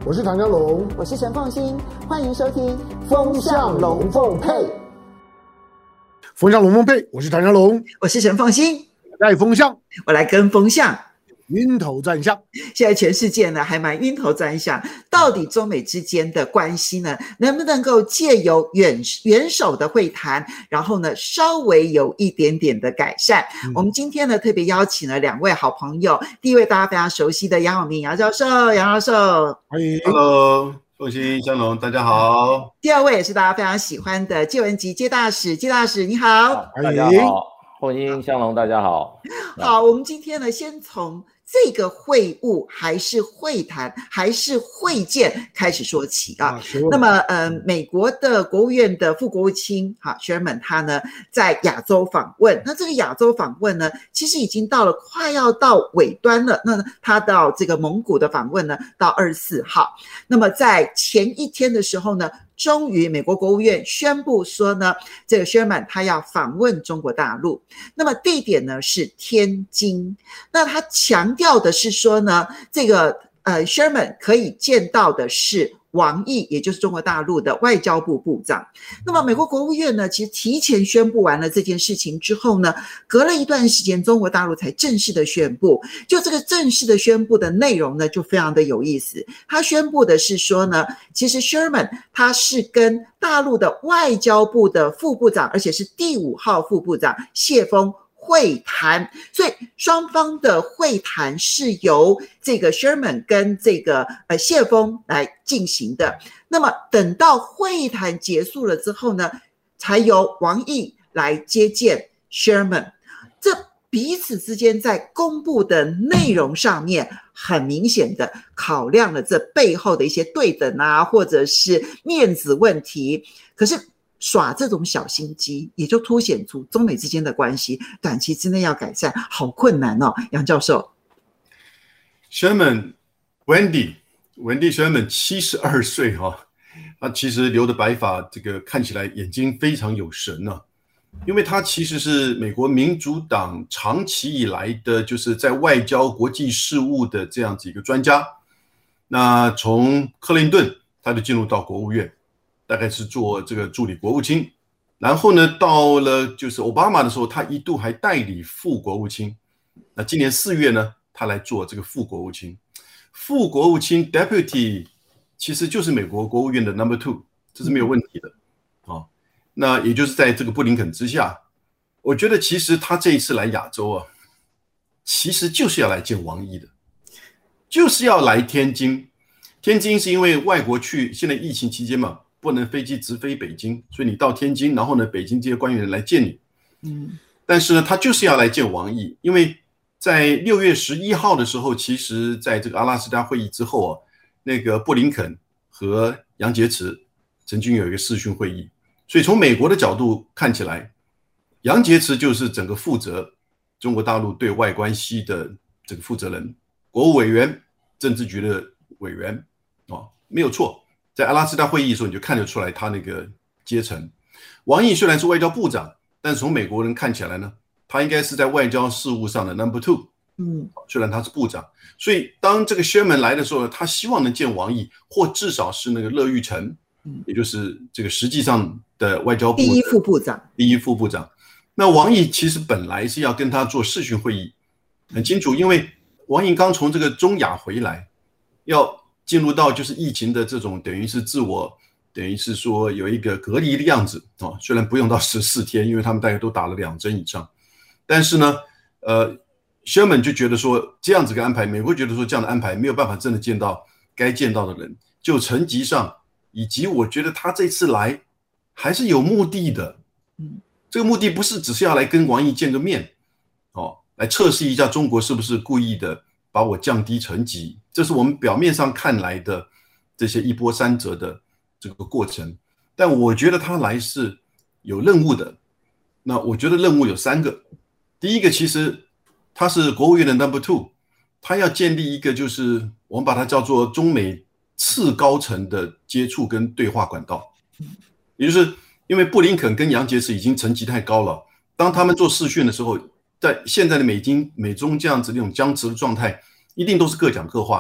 我是唐家龙， 我是陈凤馨，欢迎收听《 风向龙凤配》。风向龙凤配，我是唐家龙， 我是陈凤馨， 带风向， 我来跟风向。 晕头转向， 现在全世界呢还蛮晕头转向，到底中美之间的关系呢，能不能够借由元首的会谈，然后呢稍微有一点点的改善？我们今天呢特别邀请了两位好朋友，第一位大家非常熟悉的杨永明杨教授，杨教授， 欢迎 ，Hello， 凤馨、香龙，大家好。 第二位也是大家非常喜欢的介文汲介大使，介大使你好， 大家好，凤馨、香龙，大家好。 好，我们今天呢先从这个会晤还是会谈还是会见开始说起啊。那么美国的国务院的副国务卿Sherman 他呢在亚洲访问，那这个亚洲访问呢其实已经到了快要到尾端了，那他到这个蒙古的访问呢到24号，那么在前一天的时候呢，终于美国国务院宣布说呢，这个 Sherman 他要访问中国大陆，那么地点呢是天津，那他强调的是说呢，这个Sherman 可以见到的是王毅，也就是中国大陆的外交部部长。那么美国国务院呢，其实提前宣布完了这件事情之后呢，隔了一段时间，中国大陆才正式的宣布。就这个正式的宣布的内容呢，就非常的有意思。他宣布的是说呢，其实 Sherman 他是跟大陆的外交部的副部长，而且是第5号副部长谢峰会谈，所以双方的会谈是由这个 Sherman 跟这个谢峰来进行的。那么等到会谈结束了之后呢，才由王毅来接见 Sherman。这彼此之间在公布的内容上面，很明显的考量了这背后的一些对等啊，或者是面子问题。可是耍这种小心机，也就凸显出中美之间的关系短期之内要改善好困难哦。杨教授 Sherman Wendy Sherman 72岁他其实留的白发，这个看起来眼睛非常有神啊，因为他其实是美国民主党长期以来的就是在外交国际事务的这样子一个专家。那从克林顿他就进入到国务院，大概是做这个助理国务卿，然后呢，到了就是奥巴马的时候，他一度还代理副国务卿。那今年4月呢，他来做这个副国务卿。副国务卿 Deputy 其实就是美国国务院的 No.2， 这是没有问题的那也就是在这个布林肯之下，我觉得其实他这一次来亚洲其实就是要来见王毅的，就是要来天津。天津是因为外国去，现在疫情期间嘛，不能飞机直飞北京，所以你到天津，然后呢，北京这些官员来见你。但是呢，他就是要来见王毅，因为在6月11号的时候，其实在这个阿拉斯加会议之后那个布林肯和杨洁篪曾经有一个视讯会议，所以从美国的角度看起来，杨洁篪就是整个负责中国大陆对外关系的这个负责人，国务委员、政治局的委员没有错。在阿拉斯加会议的时候，你就看得出来他那个阶层。王毅虽然是外交部长，但是从美国人看起来呢，他应该是在外交事务上的 No.2。虽然他是部长，所以当这个 Sherman 来的时候呢，他希望能见王毅，或至少是那个乐玉成，也就是这个实际上的外交部第一副部长。那王毅其实本来是要跟他做视讯会议，很清楚，因为王毅刚从这个中亚回来，要进入到就是疫情的这种等于是自我，等于是说有一个隔离的样子虽然不用到14天，因为他们大概都打了2针以上，但是呢Sherman 就觉得说这样子的安排，美国觉得说这样的安排没有办法真的见到该见到的人，就层级上，以及我觉得他这次来还是有目的的。这个目的不是只是要来跟王毅见个面来测试一下中国是不是故意的把我降低层级，这是我们表面上看来的这些一波三折的这个过程。但我觉得他来是有任务的。那我觉得任务有3个。第一个，其实他是国务院的 No.2， 他要建立一个就是我们把它叫做中美次高层的接触跟对话管道。也就是因为布林肯跟杨洁篪已经层级太高了，当他们做视讯的时候，在现在的美中这样子那种僵持的状态，一定都是各讲各话，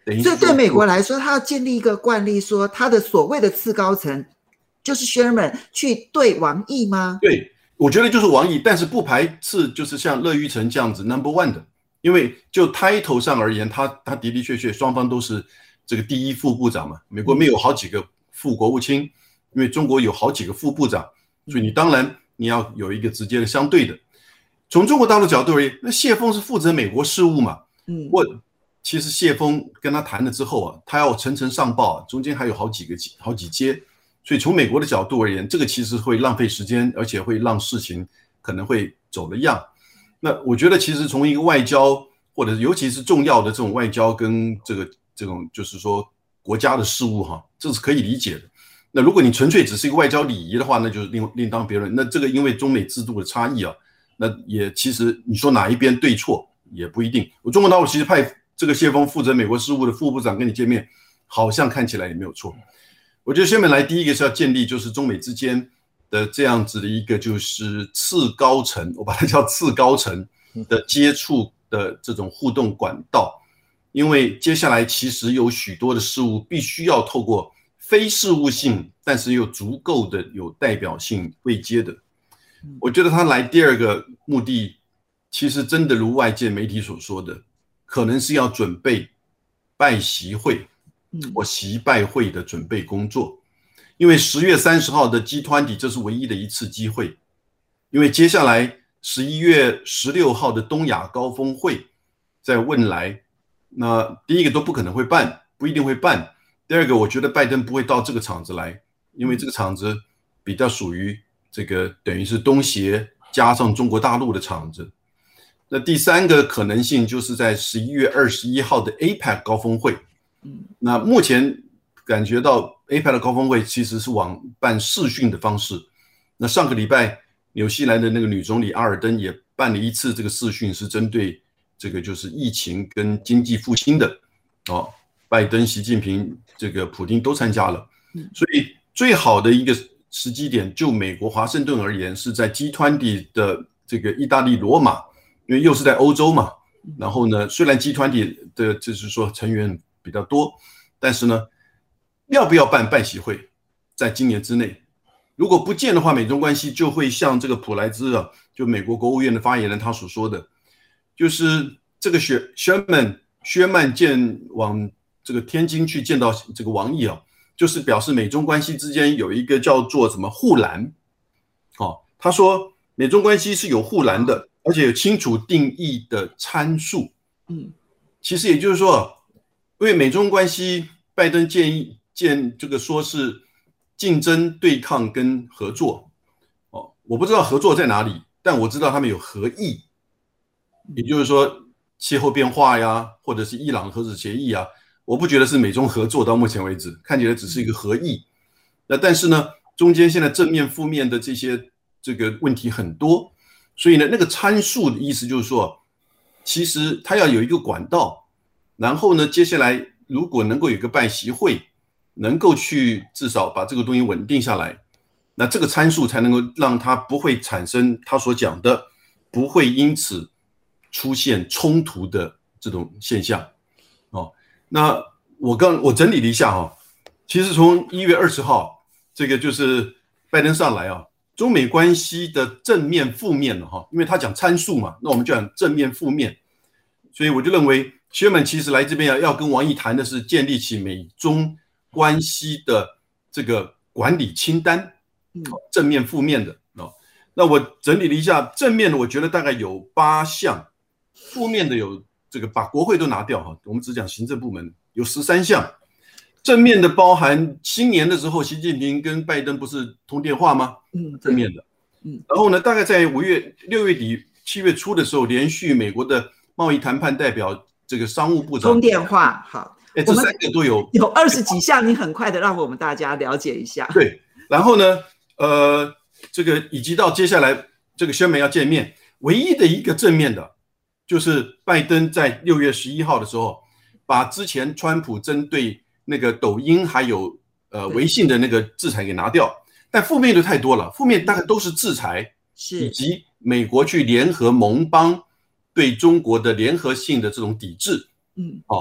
等于所以对美国来说，他要建立一个惯例，说他的所谓的次高层就是 Sherman 去对王毅吗？ 对，我觉得就是王毅，但是不排斥就是像乐玉成这样子 No.1 的，因为就 title 上而言，他的的确确双方都是这个第一副部长嘛。美国没有好几个副国务卿，因为中国有好几个副部长，所以你当然你要有一个直接的相对的。从中国大陆角度而言，那谢峰是负责美国事务嘛，其实谢峰跟他谈了之后啊，他要层层上报啊，中间还有好几阶，所以从美国的角度而言，这个其实会浪费时间，而且会让事情可能会走了样。那我觉得其实从一个外交，或者尤其是重要的这种外交跟这种就是说国家的事务哈，这是可以理解的。那如果你纯粹只是一个外交礼仪的话，那就另当别论。那这个因为中美制度的差异啊，那也其实你说哪一边对错也不一定。中国大陆其实派这个谢峰负责美国事务的副部长跟你见面，好像看起来也没有错。我觉得先本来第一个是要建立就是中美之间的这样子的一个就是次高层，我把它叫次高层的接触的这种互动管道，因为接下来其实有许多的事物必须要透过非事务性但是又足够的有代表性位阶的。我觉得他来第二个目的其实真的如外界媒体所说的，可能是要准备拜习会或习拜会的准备工作。因为10月30号的 G20 这是唯一的一次机会，因为接下来11月16号的东亚高峰会在汶莱，那第一个都不可能会办，不一定会办。第二个我觉得拜登不会到这个场子来，因为这个场子比较属于这个等于是东协加上中国大陆的场子。那第三个可能性就是在11月21号的 APEC 高峰会，那目前感觉到 APEC 的高峰会其实是往办视讯的方式。那上个礼拜纽西兰的那个女总理阿尔登也办了一次这个视讯，是针对这个就是疫情跟经济复兴的拜登、习近平、这个普丁都参加了。所以最好的一个时机点，就美国华盛顿而言，是在 G20 的这个意大利罗马，因为又是在欧洲嘛。然后呢，虽然 G20 的就是说成员比较多，但是呢，要不要办拜习会，在今年之内，如果不见的话，美中关系就会像这个普莱兹啊，就美国国务院的发言人他所说的，就是这个薛曼见往这个天津去见到这个王毅啊，就是表示美中关系之间有一个叫做什么护栏。他说美中关系是有护栏的，而且有清楚定义的参数。其实也就是说，因为美中关系，拜登建这个说是竞争、对抗跟合作。我不知道合作在哪里，但我知道他们有合意，也就是说气候变化呀，或者是伊朗核子协议啊，我不觉得是美中合作，到目前为止看起来只是一个合意。那但是呢，中间现在正面负面的这个问题很多，所以呢，那个参数的意思就是说，其实它要有一个管道，然后呢，接下来如果能够有一个拜习会，能够去至少把这个东西稳定下来，那这个参数才能够让它不会产生他所讲的，不会因此出现冲突的这种现象。那我整理了一下其实从1月20号这个就是拜登上来中美关系的正面负面因为他讲参数嘛，那我们就讲正面负面。所以我就认为Sherman其实来这边要跟王毅谈的是建立起美中关系的这个管理清单，正面负面的。那我整理了一下，正面的我觉得大概有8项，负面的有这个把国会都拿掉我们只讲行政部门有13项。正面的包含新年的时候，习近平跟拜登不是通电话吗？正面的。然后呢，大概在6月底、7月初的时候，连续美国的贸易谈判代表这个商务部长通电话。好， 这3个都有 20几项，你很快的让我们大家了解一下。 对，然后呢，这个以及到接下来这个Sherman要见面，唯一的一个正面的，就是拜登在6月11号的时候，把之前川普针对那个抖音还有微信的那个制裁给拿掉。但负面的太多了，负面大概都是制裁，以及美国去联合盟邦对中国的联合性的这种抵制。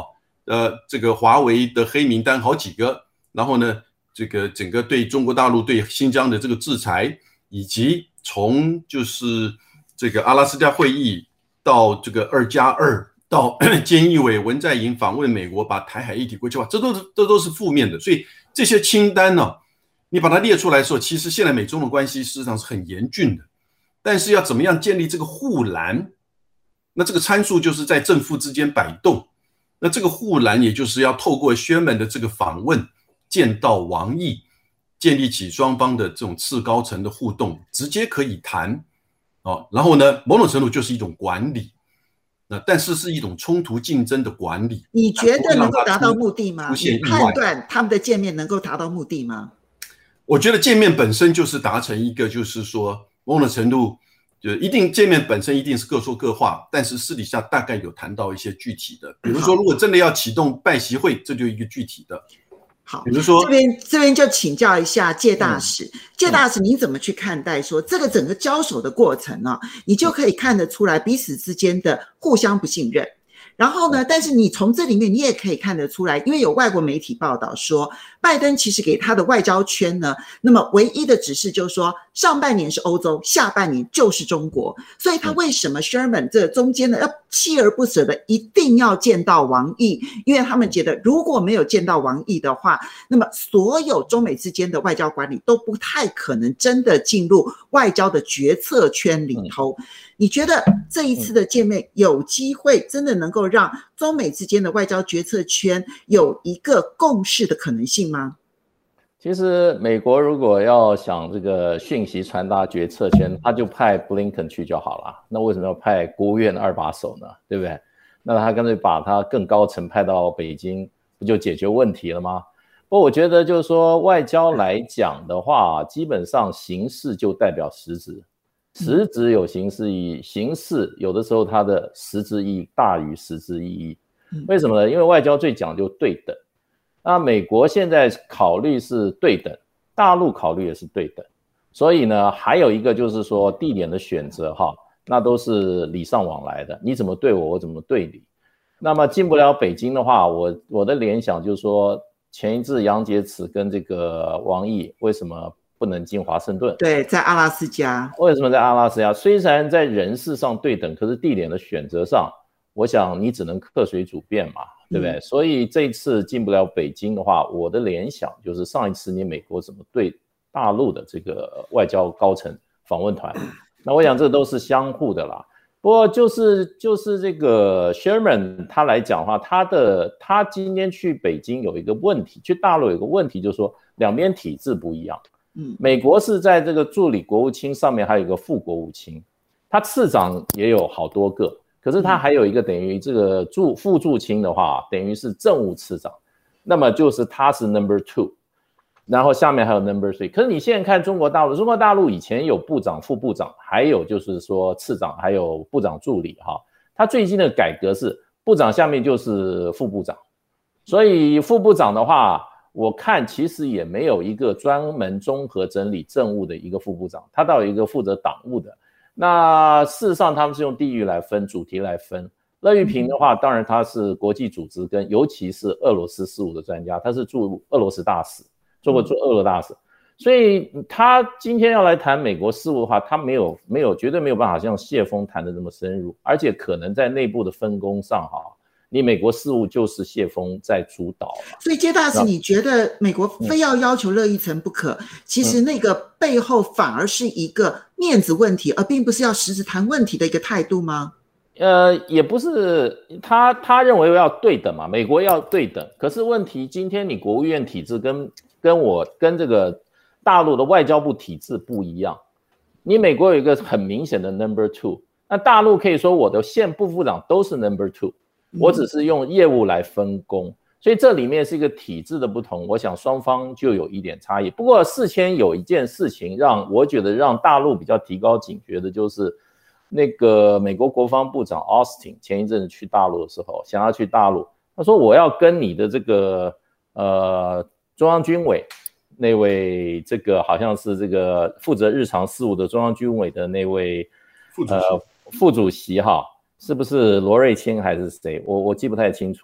这个华为的黑名单好几个，然后呢，这个整个对中国大陆对新疆的这个制裁，以及从就是这个阿拉斯加会议到这个2+2，到菅义伟、文在寅访问美国，把台海一体国际化，这都是负面的。所以这些清单呢，你把它列出来的时候，其实现在美中的关系事实上是很严峻的。但是要怎么样建立这个护栏？那这个参数就是在正负之间摆动。那这个护栏也就是要透过Sherman的这个访问，见到王毅，建立起双方的这种次高层的互动，直接可以谈。然后呢，某种程度就是一种管理。但是是一种冲突竞争的管理。 你觉得能够达到目的吗？你判断他们的见面能够达到目的吗？ 我觉得见面本身就是达成一个，就是说某种程度就一定见面本身一定是各说各话，但是私底下大概有谈到一些具体的，比如说如果真的要启动拜习会，这就一个具体的。 好， 比如说这边就请教一下介大使，介大使您怎么去看待说这个整个交手的过程啊？你就可以看得出来彼此之间的互相不信任。然后呢，但是你从这里面你也可以看得出来，因为有外国媒体报道说，拜登其实给他的外交圈呢，那么唯一的指示就是说，上半年是欧洲，下半年就是中国。所以他为什么 Sherman 这中间呢要锲而不舍的一定要见到王毅？因为他们觉得如果没有见到王毅的话，那么所有中美之间的外交管理都不太可能真的进入外交的决策圈里头。你觉得这一次的见面有机会真的能够让中美之间的外交决策圈有一个共识的可能性吗？ 其实美国如果要想这个讯息传达决策圈，他就派布林肯去就好了。那为什么要派国务院二把手呢？对不对？那他干脆把他更高层派到北京，不就解决问题了吗？不过我觉得就是说外交来讲的话，基本上形式就代表实质。实质有形式意义，形式有的时候它的实质意义大于实质意义。为什么呢？因为外交最讲究对等。那美国现在考虑是对等，大陆考虑也是对等。所以呢，还有一个就是说地点的选择哈，那都是礼尚往来的，你怎么对我，我怎么对你。那么进不了北京的话，我的联想就是说，前一次杨洁篪跟这个王毅为什么不能进华盛顿？ 对，在阿拉斯加。 为什么在阿拉斯加？虽然在人事上对等，可是地点的选择上，我想你只能客随主便嘛，对不对？所以这一次进不了北京的话，我的联想就是上一次你美国怎么对大陆的这个外交高层访问团，那我想这都是相互的啦。不过就是这个 Sherman 他来讲的话，他今天去北京有一个问题，去大陆有一个问题，就是说两边体制不一样。美国是在这个助理国务卿上面还有一个副国务卿，他次长也有好多个，可是他还有一个等于这个副助卿的话，等于是政务次长，那么就是他是 No.2， 然后下面还有 No.3。可是你现在看中国大陆以前有部长、副部长，还有就是说次长，还有部长助理哈。他最近的改革是部长下面就是副部长，所以副部长的话，我看其实也没有一个专门综合整理政务的一个副部长，他倒有一个负责党务的。那事实上他们是用地域来分，主题来分。乐玉平的话，当然他是国际组织跟尤其是俄罗斯事务的专家，他是驻俄罗斯大使，做过俄罗大使，所以他今天要来谈美国事务的话，他绝对没有办法像谢峰谈的这么深入，而且可能在内部的分工上哈，你美国事务就是谢峰在主导了。 所以接大使，你觉得美国非要求乐玉成不可，其实那个背后反而是一个面子问题，而并不是要实质谈问题的一个态度吗？ 也不是，他认为要对等嘛，美国要对等。可是问题，今天你国务院体制跟这个大陆的外交部体制不一样。你美国有一个很明显的 No.2， 那大陆可以说我的现部部长都是 No.2， 我只是用业务来分工，所以这里面是一个体制的不同，我想双方就有一点差异。不过事前有一件事情我觉得让大陆比较提高警觉的，就是那个美国国防部长 Austin 前一阵子去大陆的时候，想要去大陆，他说我要跟你的这个中央军委那位这个好像是这个负责日常事务的中央军委的那位副主席哈，是不是罗瑞卿还是谁？我记不太清楚了。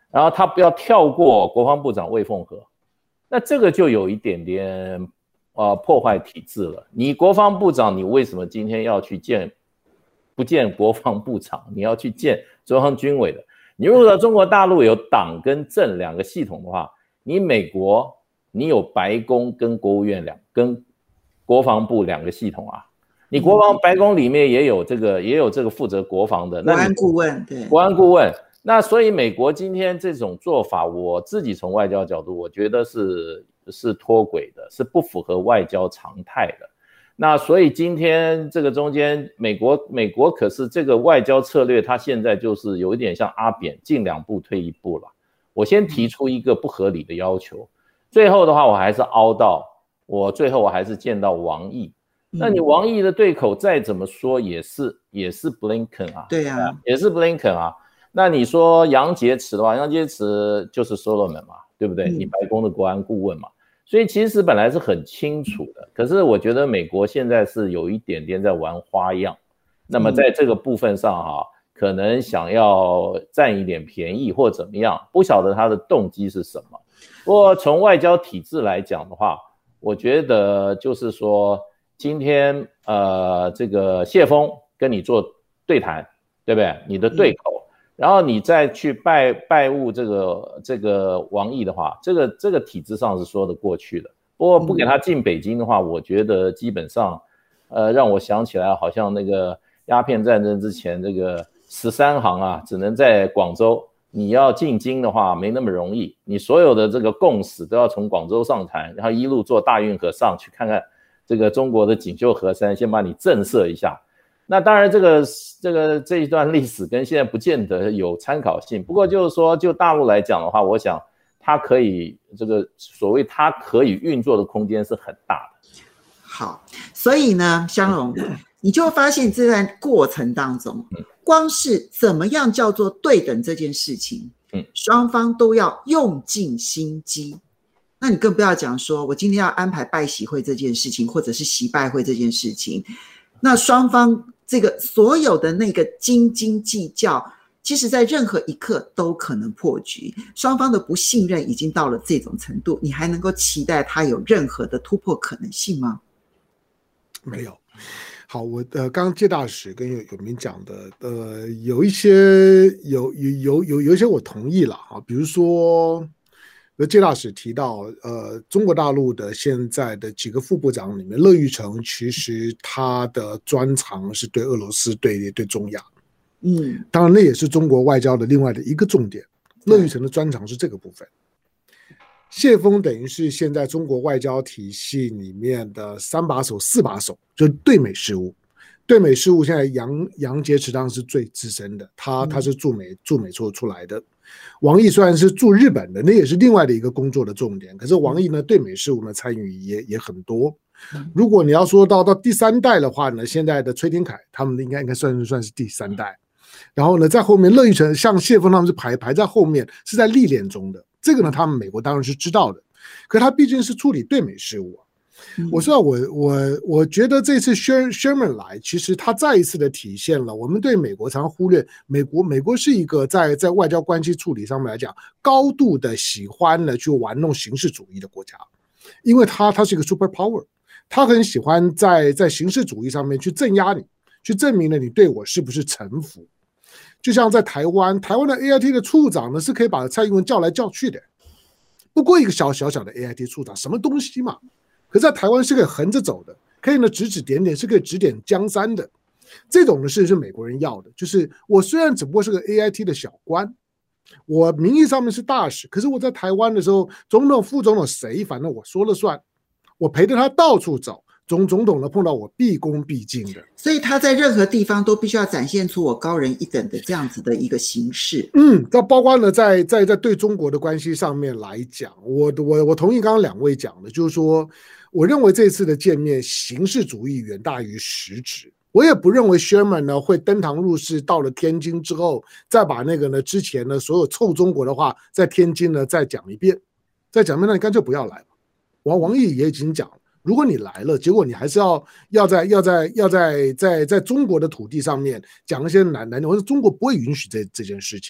然后他不要跳过国防部长魏凤和，那这个就有一点点破坏体制了。你国防部长，你为什么今天要去不见国防部长，你要去见中央军委的？你如果中国大陆有党跟政两个系统的话，你美国你有白宫跟国务院跟国防部两个系统啊。你白宫里面也有这个负责国防的国安顾问，对， 国安顾问。那所以美国今天这种做法，我自己从外交角度，我觉得是脱轨的，是不符合外交常态的。那所以今天这个中间，美国可是这个外交策略，它现在就是有一点像阿扁，进2步退1步了。我先提出一个不合理的要求，最后的话我还是凹到最后我还是见到王毅。那你王毅的对口再怎么说也是 Blinken 啊， 对啊， 也是 Blinken 啊。那你说杨洁篪的话，杨洁篪就是 Solomon 嘛，对不对？你白宫的国安顾问嘛，所以其实本来是很清楚的。可是我觉得美国现在是有一点点在玩花样，那么在这个部分上可能想要占一点便宜或怎么样，不晓得他的动机是什么。不过从外交体制来讲的话，我觉得就是说，今天这个谢峰跟你做对谈，对不对？你的对口。然后你再去拜晤这个王毅的话，这个体制上是说得过去的。不过不给他进北京的话，我觉得基本上，让我想起来好像那个鸦片战争之前这个13行啊，只能在广州。你要进京的话没那么容易，你所有的这个共识都要从广州上谈，然后一路坐大运河上去看看这个中国的锦绣河山，先把你震慑一下。那当然这一段历史跟现在不见得有参考性，不过就是说就大陆来讲的话，我想它可以所谓它可以运作的空间是很大的。 好，所以呢，香龙，你就会发现这段过程当中，光是怎么样叫做对等这件事情，双方都要用尽心机。那你更不要讲说我今天要安排拜习会这件事情，或者是习拜会这件事情，那双方这个所有的那个斤斤计较，其实在任何一刻都可能破局。双方的不信任已经到了这种程度，你还能够期待他有任何的突破可能性吗？ 没有。好，我刚刚介大使跟有明讲的，有一些我同意了啊，比如说介大使提到，中国大陆的现在的几个副部长里面，乐玉成其实他的专长是对俄罗斯、对中亚，当然那也是中国外交的另外的一个重点。乐玉成的专长是这个部分。谢峰等于是现在中国外交体系里面的3把手、4把手，就对美事务。对美事务现在杨洁篪当然是最资深的，他是驻美出来的。王毅虽然是驻日本的，那也是另外的一个工作的重点。可是王毅呢，对美事务呢参与也很多。如果你要说到第3代的话呢，现在的崔天凯他们应该算是第3代。然后呢，在后面乐玉成像谢峰他们是排在后面，是在历练中的。这个呢，他们美国当然是知道的，可他毕竟是处理对美事务。我觉得这次 Sherman 来，其实他再一次的体现了我们对美国常忽略，美国是一个在外交关系处理上面来讲，高度的喜欢呢去玩弄形式主义的国家，因为他是一个 super power， 他很喜欢在形式主义上面去镇压你，去证明了你对我是不是臣服。就像在台湾的 AIT 的处长呢，是可以把蔡英文叫来叫去的，不过一个小的 AIT 处长，什么东西嘛？可是在台湾是可以横着走的，可以呢指点点，是可以指点江山的。这种的事是美国人要的，就是我虽然只不过是个 AIT 的小官，我名义上面是大使，可是我在台湾的时候，总统、副总统谁，反正我说了算，我陪着他到处走。总统呢碰到我毕恭毕敬的， 所以他在任何地方都必须要展现出我高人一等的这样子的一个形式。 那包括呢在对中国的关系上面来讲，我同意刚刚2位讲的，就是说，我认为这次的见面形式主义远大于实质。我也不认为 Sherman 呢会登堂入室，到了天津之后，再把那个呢之前呢所有臭中国的话在天津呢再讲一遍，那你干脆不要来吧。王毅也已经讲了。如果你来了，结果你还是要在中国的土地上面讲一些难，我说中国不会允许这件事情。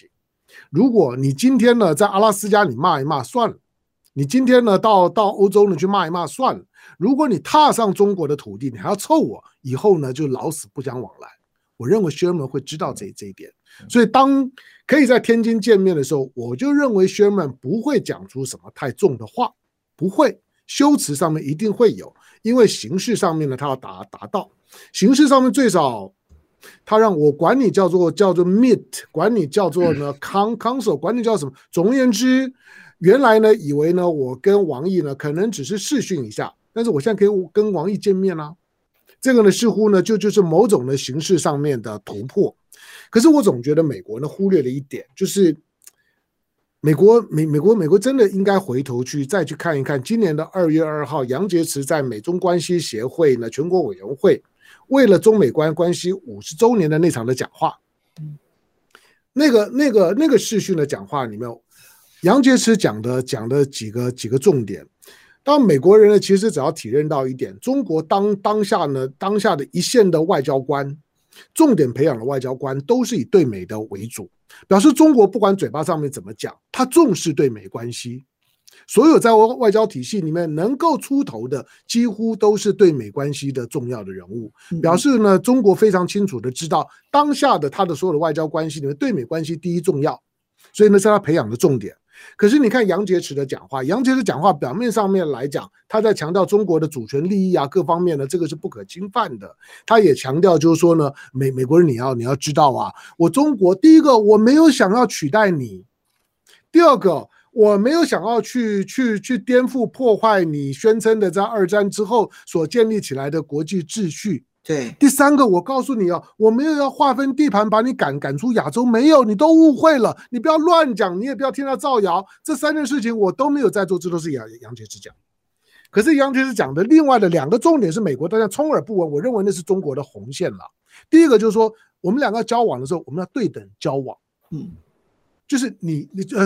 如果你今天呢在阿拉斯加你骂一骂算了，你今天呢到欧洲呢去骂一骂算了，如果你踏上中国的土地，你还要凑我，以后呢就老死不相往来。我认为 Sherman 会知道这一点，所以当可以在天津见面的时候，我就认为 Sherman 不会讲出什么太重的话，不会，修辞上面一定会有，因为形式上面呢他要达到，形式上面最少他让我管你叫做 meet， 管你叫做呢 council， 管你叫什么。总而言之，原来呢以为呢我跟王毅呢可能只是视讯一下，但是我现在可以跟王毅见面啦。这个呢似乎呢就是某种的形式上面的突破。可是我总觉得美国呢忽略了一点，就是美国真的应该回头再去看一看今年的2月2号杨洁篪在美中关系协会呢全国委员会为了中美关系50周年的那场的讲话，那个视讯的讲话里面，杨洁篪讲的几个重点。当美国人呢，其实只要体认到一点，中国当下的一线的外交官，重点培养的外交官都是以对美的为主，表示中国不管嘴巴上面怎么讲，他重视对美关系。所有在外交体系里面能够出头的，几乎都是对美关系的重要的人物，表示呢，中国非常清楚的知道当下的他的所有的外交关系里面，对美关系第一重要，所以呢是他培养的重点。可是你看杨洁篪的讲话，杨洁篪讲话表面上面来讲，他在强调中国的主权利益啊，各方面呢，这个是不可侵犯的。他也强调就是说呢，美国人你要知道啊，我中国第一个我没有想要取代你，第二个我没有想要去颠覆破坏你宣称的在2战之后所建立起来的国际秩序。 对， 第三个，我告诉你哦，我没有要划分地盘把你赶出亚洲，没有，你都误会了，你不要乱讲，你也不要听他造谣，这3件事情我都没有在做，这都是杨洁篪讲。可是杨洁篪讲的另外的2个重点是美国大家充耳不闻，我认为那是中国的红线了。第一个就是说，我们2个交往的时候，我们要对等交往。就是你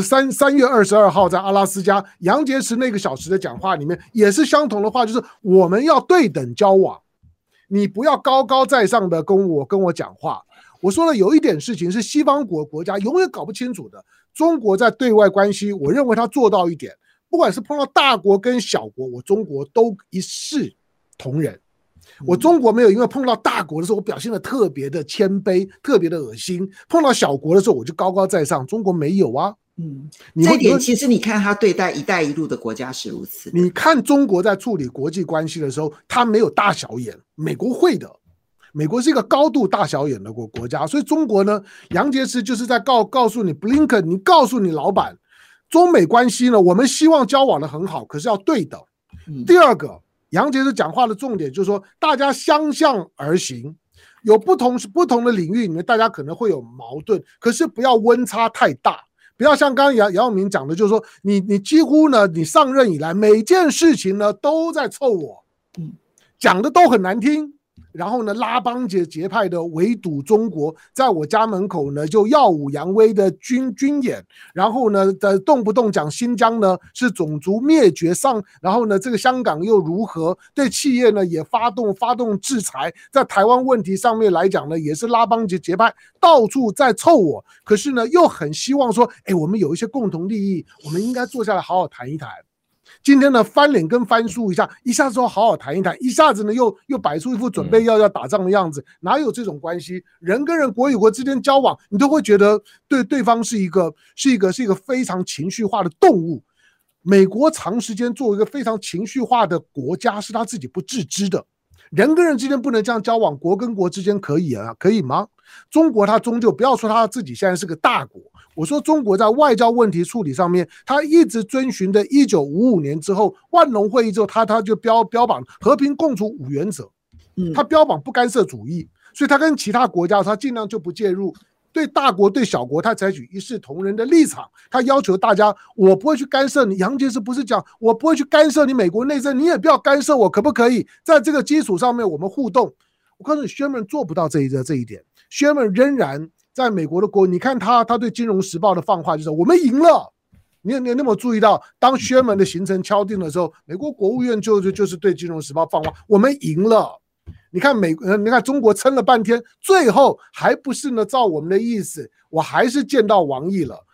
3月22号在阿拉斯加，杨洁篪那个小时的讲话里面也是相同的话，就是我们要对等交往。你不要高高在上的跟我讲话。我说了，有一点事情是西方国家永远搞不清楚的。中国在对外关系，我认为他做到一点，不管是碰到大国跟小国，我中国都一视同仁。我中国没有因为碰到大国的时候，我表现得特别的谦卑，特别的恶心；碰到小国的时候，我就高高在上。中国没有啊。 这一点其实你看他对待一带一路的国家是如此。 你看中国在处理国际关系的时候，他没有大小眼，美国会的。美国是一个高度大小眼的国家，所以中国呢，杨洁篪就是在告诉你布林肯，你告诉你老板，中美关系呢，我们希望交往的很好，可是要对等。第二个，杨洁篪讲话的重点就是说，大家相向而行，有不同的领域里面，大家可能会有矛盾，可是不要温差太大。不要像刚刚姚永明讲的，就是说你几乎呢，你上任以来每件事情呢都在凑我，讲的都很难听，然后呢拉帮结派的围堵中国，在我家门口呢就耀武扬威的军演，然后呢动不动讲新疆呢是种族灭绝上，然后呢这个香港又如何，对企业呢也发动制裁，在台湾问题上面来讲呢也是拉帮结派，到处在凑我，可是呢又很希望说，我们有一些共同利益，我们应该坐下来好好谈一谈。今天呢翻脸跟翻书一下子说好好谈一谈，一下子呢又摆出一副准备要打仗的样子，哪有这种关系？人跟人国与国之间交往，你都会觉得对方是一个非常情绪化的动物。美国长时间作为一个非常情绪化的国家，是他自己不自知的。人跟人之间不能这样交往，国跟国之间可以啊？可以吗？中国它终究不要说它自己现在是个大国，我说中国在外交问题处理上面，它一直遵循的1955年之后万隆会议之后，它就标榜和平共处5原则，它标榜不干涉主义，所以它跟其他国家它尽量就不介入。对大国对小国，他采取一视同仁的立场，他要求大家，我不会去干涉你。杨洁篪不是讲我不会去干涉你美国内政，你也不要干涉我，可不可以？在这个基础上面，我们互动。我告诉你，Sherman做不到这一点。Sherman 仍然在美国的国，你看他对《金融时报》的放话就是我们赢了。你有没有注意到，当 Sherman 的行程敲定的时候，美国国务院就是对《金融时报》放话，我们赢了。你看你看中国撑了半天，最后还不是呢照我们的意思，我还是见到王毅了。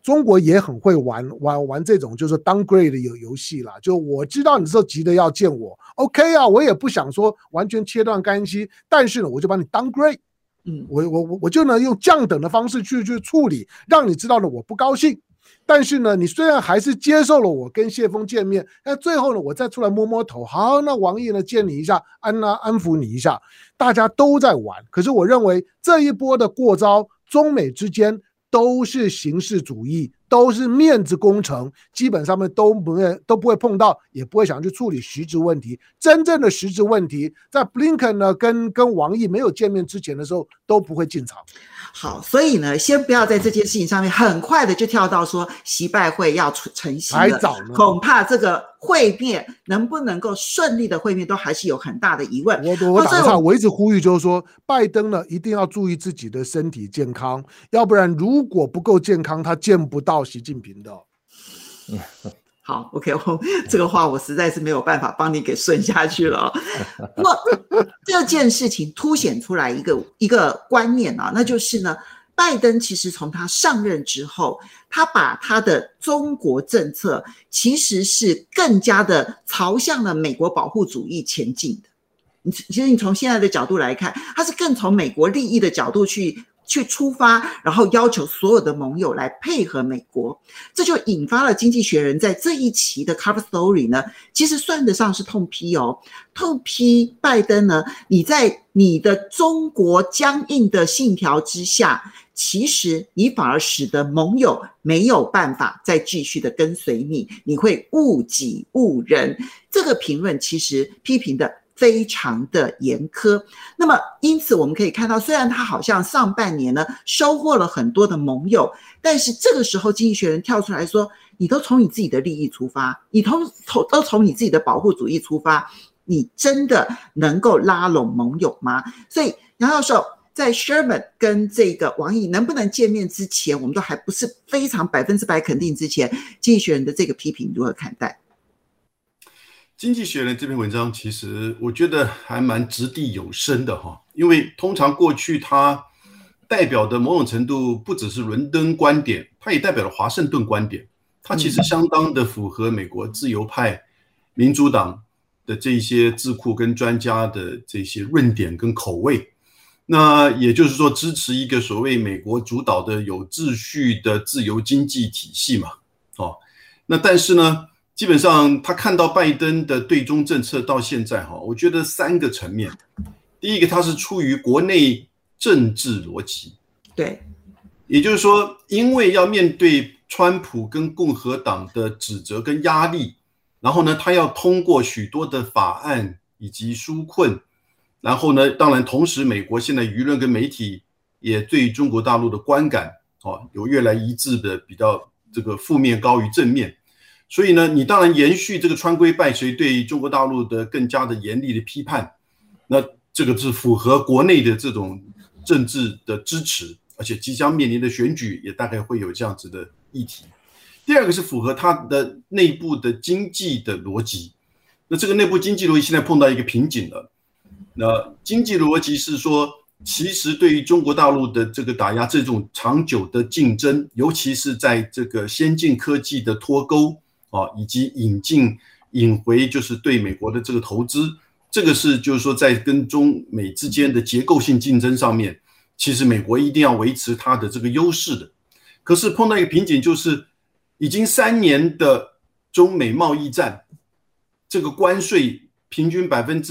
中国也很会玩这种就是 downgrade 的游戏啦。就我知道你这时候急着要见我 ，OK 啊，我也不想说完全切断干系，但是呢，我就把你 downgrade。我就能用降等的方式去处理，让你知道了我不高兴。但是呢，你虽然还是接受了我跟谢峰见面，但最后呢，我再出来摸摸头，好，那王毅呢见你一下，安抚你一下，大家都在玩。可是我认为这一波的过招，中美之间都是形式主义，都是面子工程，基本上面都不会碰到，也不会想去处理实质问题。真正的实质问题，在 Blinken 呢跟王毅没有见面之前的时候都不会进场。 好，所以呢，先不要在这件事情上面很快的就跳到说习拜会要成型了，恐怕这个会面能不能够顺利的会面都还是有很大的疑问。 我打个岔，我一直呼吁就是说，拜登呢一定要注意自己的身体健康，要不然如果不够健康，他见不到习近平的。 好 ，OK， 这个话我实在是没有办法帮你给顺下去了。不过这件事情凸显出来一个观念啊，那就是呢，拜登其实从他上任之后，他把他的中国政策其实是更加的朝向了美国保护主义前进的。其实你从现在的角度来看，他是更从美国利益的角度去出发，然后要求所有的盟友来配合美国，这就引发了经济学人在这一期的 cover story 呢，其实算得上是痛批哦，痛批拜登呢，你在你的中国僵硬的信条之下，其实你反而使得盟友没有办法再继续的跟随你，你会误己误人。这个评论其实批评的非常的严苛。那么因此我们可以看到，虽然他好像上半年呢收获了很多的盟友，但是这个时候经济学人跳出来说，你都从你自己的利益出发，你都从你自己的保护主义出发，你真的能够拉拢盟友吗？所以杨教授在 Sherman 跟这个王毅能不能见面之前，我们都还不是非常100%肯定之前，经济学人的这个批评如何看待？ 经济学人这篇文章其实我觉得还蛮掷地有声的哈，因为通常过去它代表的某种程度不只是伦敦观点，它也代表了华盛顿观点，它其实相当的符合美国自由派民主党的这些智库跟专家的这些论点跟口味。那也就是说支持一个所谓美国主导的有秩序的自由经济体系嘛。那但是呢，基本上他看到拜登的对中政策到现在我觉得3个层面。第一个，他是出于国内政治逻辑， 对， 也就是说因为要面对川普跟共和党的指责跟压力，然后呢他要通过许多的法案以及纾困，然后呢当然同时美国现在舆论跟媒体也对中国大陆的观感有越来一致的比较这个负面高于正面，所以呢你当然延续这个川规拜随对中国大陆的更加的严厉的批判，那这个是符合国内的这种政治的支持，而且即将面临的选举也大概会有这样子的议题。第二个是符合它的内部的经济的逻辑，那这个内部经济逻辑现在碰到一个瓶颈了。那经济逻辑是说，其实对于中国大陆的这个打压，这种长久的竞争，尤其是在这个先进科技的脱钩以及引回就是对美国的这个投资，这个是就是说在跟中美之间的结构性竞争上面，其实美国一定要维持它的这个优势的。可是碰到一个瓶颈，就是已经3年的中美贸易战，这个关税平均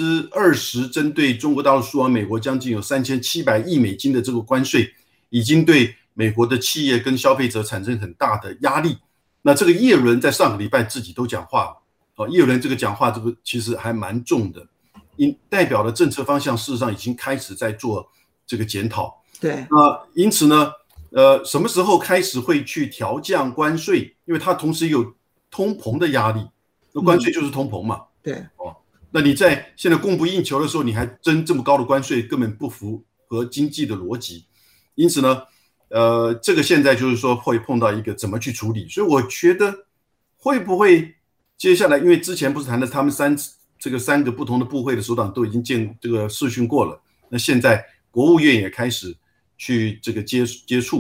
20%针对中国大陆输往美国将近有3700亿美金的这个关税，已经对美国的企业跟消费者产生很大的压力。那这个叶伦在上个礼拜自己都讲话了，叶伦这个讲话这个其实还蛮重的，代表的政策方向事实上已经开始在做这个检讨。 对， 因此呢什么时候开始会去调降关税？因为它同时有通膨的压力，那关税就是通膨嘛。 对， 那你在现在供不应求的时候，你还征这么高的关税，根本不符合经济的逻辑。因此呢，这个现在就是说会碰到一个怎么去处理。所以我觉得会不会接下来，因为之前不是谈的他们3个不同的部会的首长都已经这个视讯过了，那现在国务院也开始去这个接触，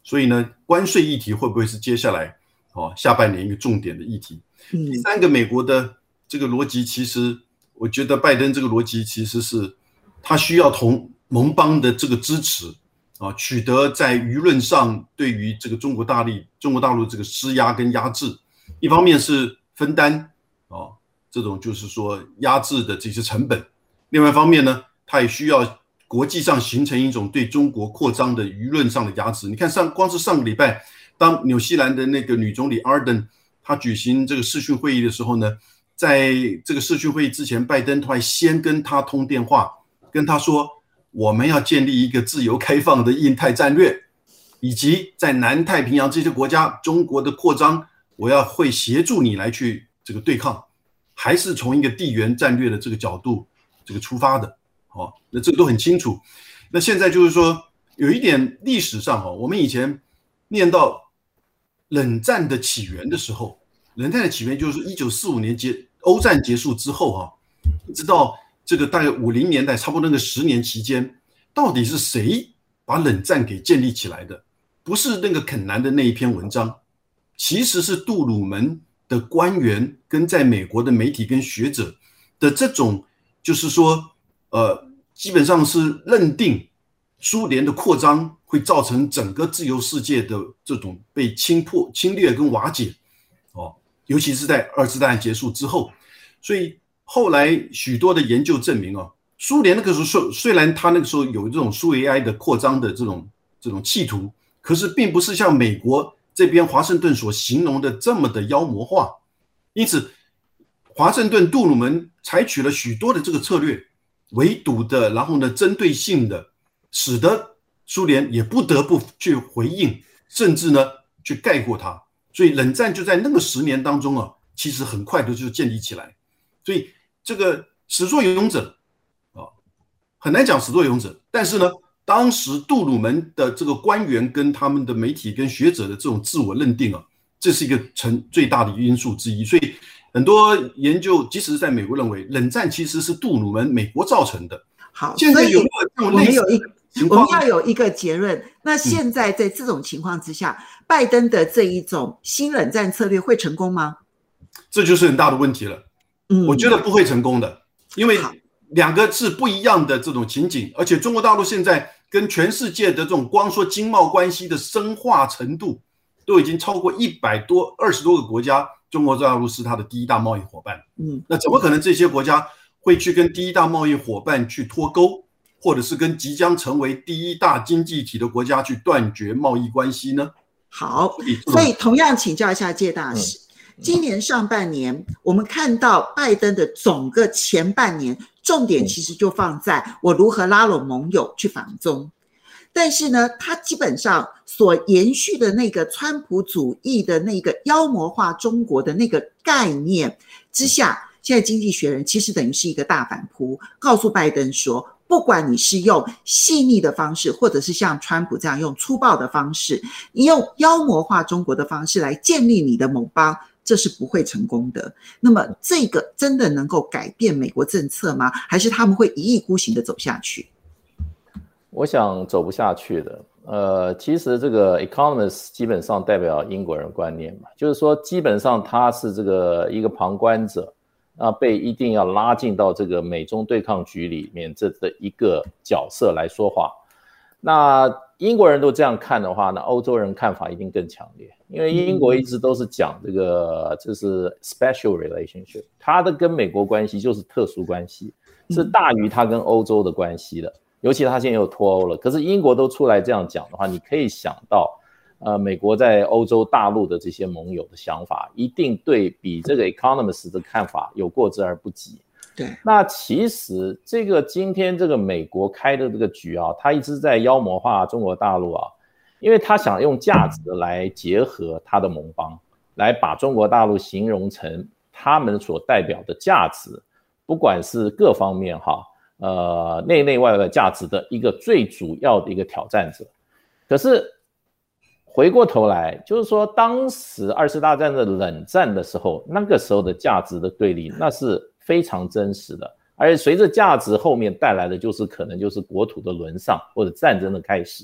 所以呢，关税议题会不会是接下来下半年一个重点的议题？第三个，美国的这个逻辑，其实我觉得拜登这个逻辑其实是他需要同盟邦的这个支持取得在舆论上对于这个中国大陆这个施压跟压制，一方面是分担这种就是说压制的这些成本，另外一方面呢，他也需要国际上形成一种对中国扩张的舆论上的压制。你看光是上个礼拜，当纽西兰的那个女总理 Ardern 她举行这个视讯会议的时候呢，在这个视讯会议之前，拜登还先跟她通电话，跟她说我们要建立一个自由开放的印太战略，以及在南太平洋这些国家中国的扩张，我会协助你来去这个对抗，还是从一个地缘战略的这个角度这个出发的。那这个都很清楚。那现在就是说有一点历史上我们以前念到冷战的起源的时候，冷战的起源就是1945年欧战结束之后一直到这个大概50年代，差不多那个10年期间，到底是谁把冷战给建立起来的？不是那个肯南的那一篇文章，其实是杜鲁门的官员跟在美国的媒体跟学者的这种就是说基本上是认定苏联的扩张会造成整个自由世界的这种被侵略跟瓦解尤其是在二次大战结束之后。所以后来许多的研究证明苏联那个时候虽然他那个时候有这种苏维埃的扩张的这种企图，可是并不是像美国这边华盛顿所形容的这么的妖魔化。因此华盛顿杜鲁门采取了许多的这个策略，围堵的，然后呢针对性的，使得苏联也不得不去回应，甚至呢去盖过它。所以冷战就在那个10年当中其实很快的就建立起来。所以这个始作俑者很难讲始作俑者，但是呢当时杜鲁门的这个官员跟他们的媒体跟学者的这种自我认定这是一个最大的因素之一。所以很多研究即使是在美国认为冷战其实是杜鲁门美国造成的。 好， 现在有没有这种类似的情况？ 我们要有一个结论。那现在在这种情况之下，拜登的这一种新冷战策略会成功吗？ 这就是很大的问题了。我觉得不会成功的，因为两个是不一样的这种情景，而且中国大陆现在跟全世界的这种光说经贸关系的深化程度都已经超过20多个国家，中国大陆是它的第一大贸易伙伴。那怎么可能这些国家会去跟第一大贸易伙伴去脱钩，或者是跟即将成为第一大经济体的国家去断绝贸易关系呢？ 好，所以同样请教一下介大使，今年上半年我们看到拜登的整个前半年重点其实就放在我如何拉拢盟友去反中，但是呢他基本上所延续的那个川普主义的那个妖魔化中国的那个概念之下，现在经济学人其实等于是一个大反扑，告诉拜登说不管你是用细腻的方式，或者是像川普这样用粗暴的方式，你用妖魔化中国的方式来建立你的盟邦，这是不会成功的。那么这个真的能够改变美国政策吗？还是他们会一意孤行的走下去？ 我想走不下去的。其实这个 Economist 基本上代表英国人观念嘛，就是说基本上他是这个一个旁观者，被一定要拉进到这个美中对抗局里面这的一个角色来说话。那英国人都这样看的话，那欧洲人看法一定更强烈，因为英国一直都是讲这个就是 special relationship， 他的跟美国关系就是特殊关系，是大于他跟欧洲的关系的，尤其他现在又脱欧了。可是英国都出来这样讲的话，你可以想到美国在欧洲大陆的这些盟友的想法一定对比这个 Economist 的看法有过之而不及。 对， 那其实这个今天这个美国开的这个局他一直在妖魔化中国大陆因为他想用价值来结合他的盟邦，来把中国大陆形容成他们所代表的价值，不管是各方面内外的价值的一个最主要的一个挑战者。可是回过头来，就是说当时二次大战的冷战的时候，那个时候的价值的对立那是非常真实的，而且随着价值后面带来的就是可能就是国土的沦丧或者战争的开始。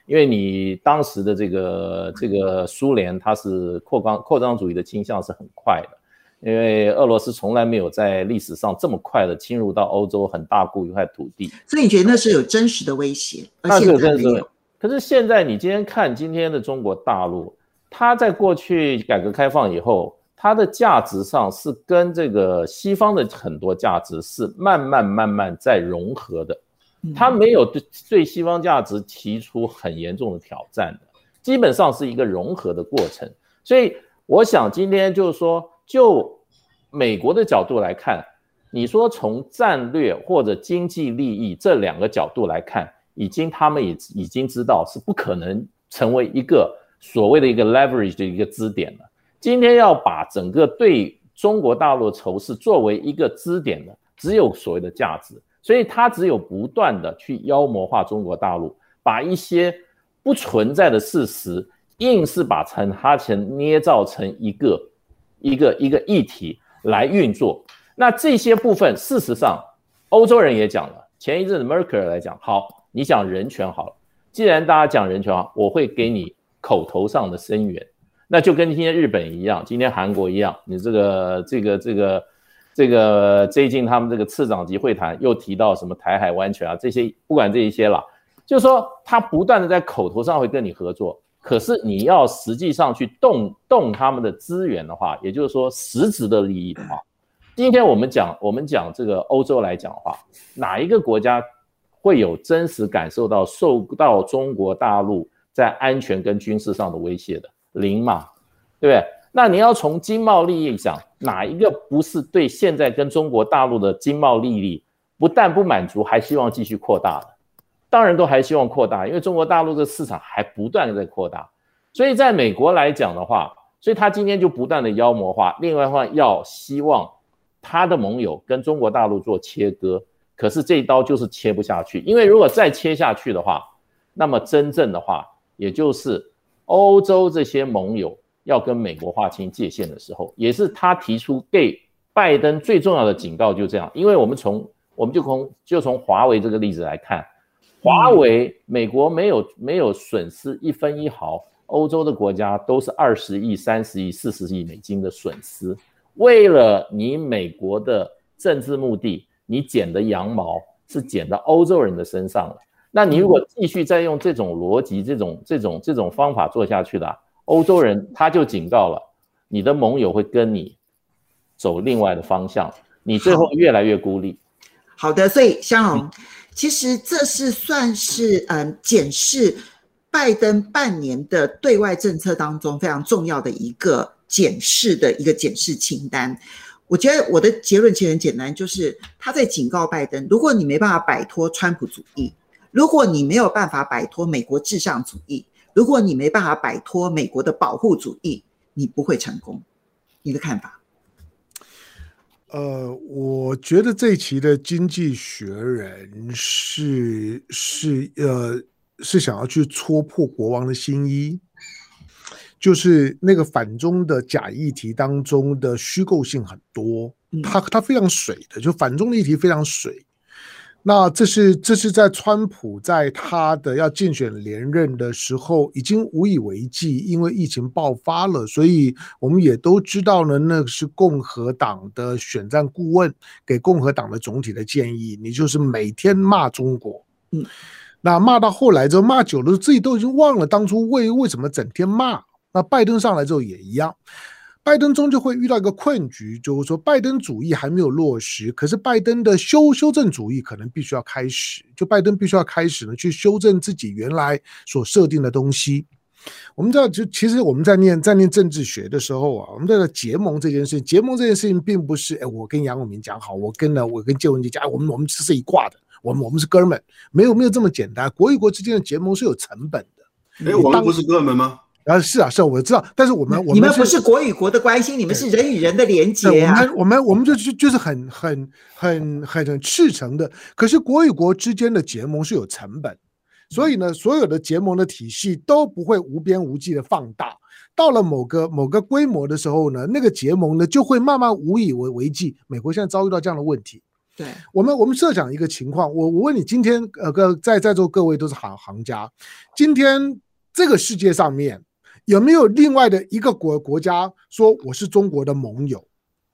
因为你当时的这个苏联，它是扩张主义的倾向是很快的，因为俄罗斯从来没有在历史上这么快的侵入到欧洲很大一块土地，所以你觉得那是有真实的威胁，而现在没有。 可是现在你看今天的中国大陆，它在过去改革开放以后，它的价值上是跟这个西方的很多价值是慢慢在融合的。他没有对西方价值提出很严重的挑战的，基本上是一个融合的过程。所以我想今天就是说，就美国的角度来看，你说从战略或者经济利益这两个角度来看，他们也已经知道是不可能成为一个所谓的一个 leverage 的一个支点了。今天要把整个对中国大陆的仇视作为一个支点的，只有所谓的价值。所以他只有不断的去妖魔化中国大陆，把一些不存在的事实硬是把它捏造成一个议题来运作。那这些部分事实上欧洲人也讲了，前一阵子 Merkel 来讲，好，你讲人权好了，既然大家讲人权好，我会给你口头上的声援，那就跟今天日本一样，今天韩国一样，你最近他们这个次长级会谈又提到什么台海湾权啊，这些不管这一些啦，就是说他不断的在口头上会跟你合作，可是你要实际上去动他们的资源的话，也就是说实质的利益的话，今天我们讲这个欧洲来讲的话，哪一个国家会有真实感受到受到中国大陆在安全跟军事上的威胁的？零嘛，对不对？那你要从经贸利益讲，哪一个不是对现在跟中国大陆的经贸利益不但不满足，还希望继续扩大的？当然都还希望扩大，因为中国大陆的市场还不断的在扩大。所以在美国来讲的话，所以他今天就不断的妖魔化，另外的话要希望他的盟友跟中国大陆做切割，可是这一刀就是切不下去，因为如果再切下去的话，那么真正的话，也就是欧洲这些盟友要跟美国划清界限的时候，也是他提出给拜登最重要的警告，就这样。因为我们就从华为这个例子来看，华为美国没有损失一分一毫，欧洲的国家都是20亿、30亿、40亿美金的损失。为了你美国的政治目的，你剪的羊毛是剪到欧洲人的身上了。那你如果继续再用这种逻辑、这种方法做下去的，欧洲人他就警告了，你的盟友会跟你走另外的方向，你最后越来越孤立。 好的，所以香蓉，其实这是算是检视拜登半年的对外政策当中非常重要的一个检视清单。我觉得我的结论其实很简单，就是他在警告拜登，如果你没办法摆脱川普主义，如果你没有办法摆脱美国至上主义，如果你没办法摆脱美国的保护主义，你不会成功。你的看法？ 我觉得这一期的《经济学人》是想要去戳破国王的新衣，就是那个反中的假议题当中的虚构性很多，它非常水的，就反中的议题非常水。那这是在川普在他的要竞选连任的时候已经无以为继，因为疫情爆发了，所以我们也都知道呢，那是共和党的选战顾问给共和党的总体的建议，你就是每天骂中国。那骂到后来之后，骂久了自己都已经忘了当初为什么整天骂。那拜登上来之后也一样，拜登终究会遇到一个困局，就是说拜登主义还没有落实，可是拜登的修正主义可能必须要开始，就拜登必须要开始呢去修正自己原来所设定的东西。我们知道，就其实我们在念政治学的时候啊，我们在结盟这件事情，并不是我跟杨永明讲好，我跟介文洁讲，我们是一挂的，我们是哥们，没有这么简单。国与国之间的结盟是有成本的。 我们不是哥们吗？ 是啊，我知道，但是我们你们不是国与国的关系，你们是人与人的连结啊。 我们就是很赤诚的，可是国与国之间的结盟是有成本，所以呢，所有的结盟的体系都不会无边无际的放大。到了某个规模的时候呢，那个结盟呢就会慢慢无以为继。美国现在遭遇到这样的问题。 对， 我们设想一个情况，我问你，今天在座各位都是行家，今天这个世界上面有没有另外的一个国家说我是中国的盟友？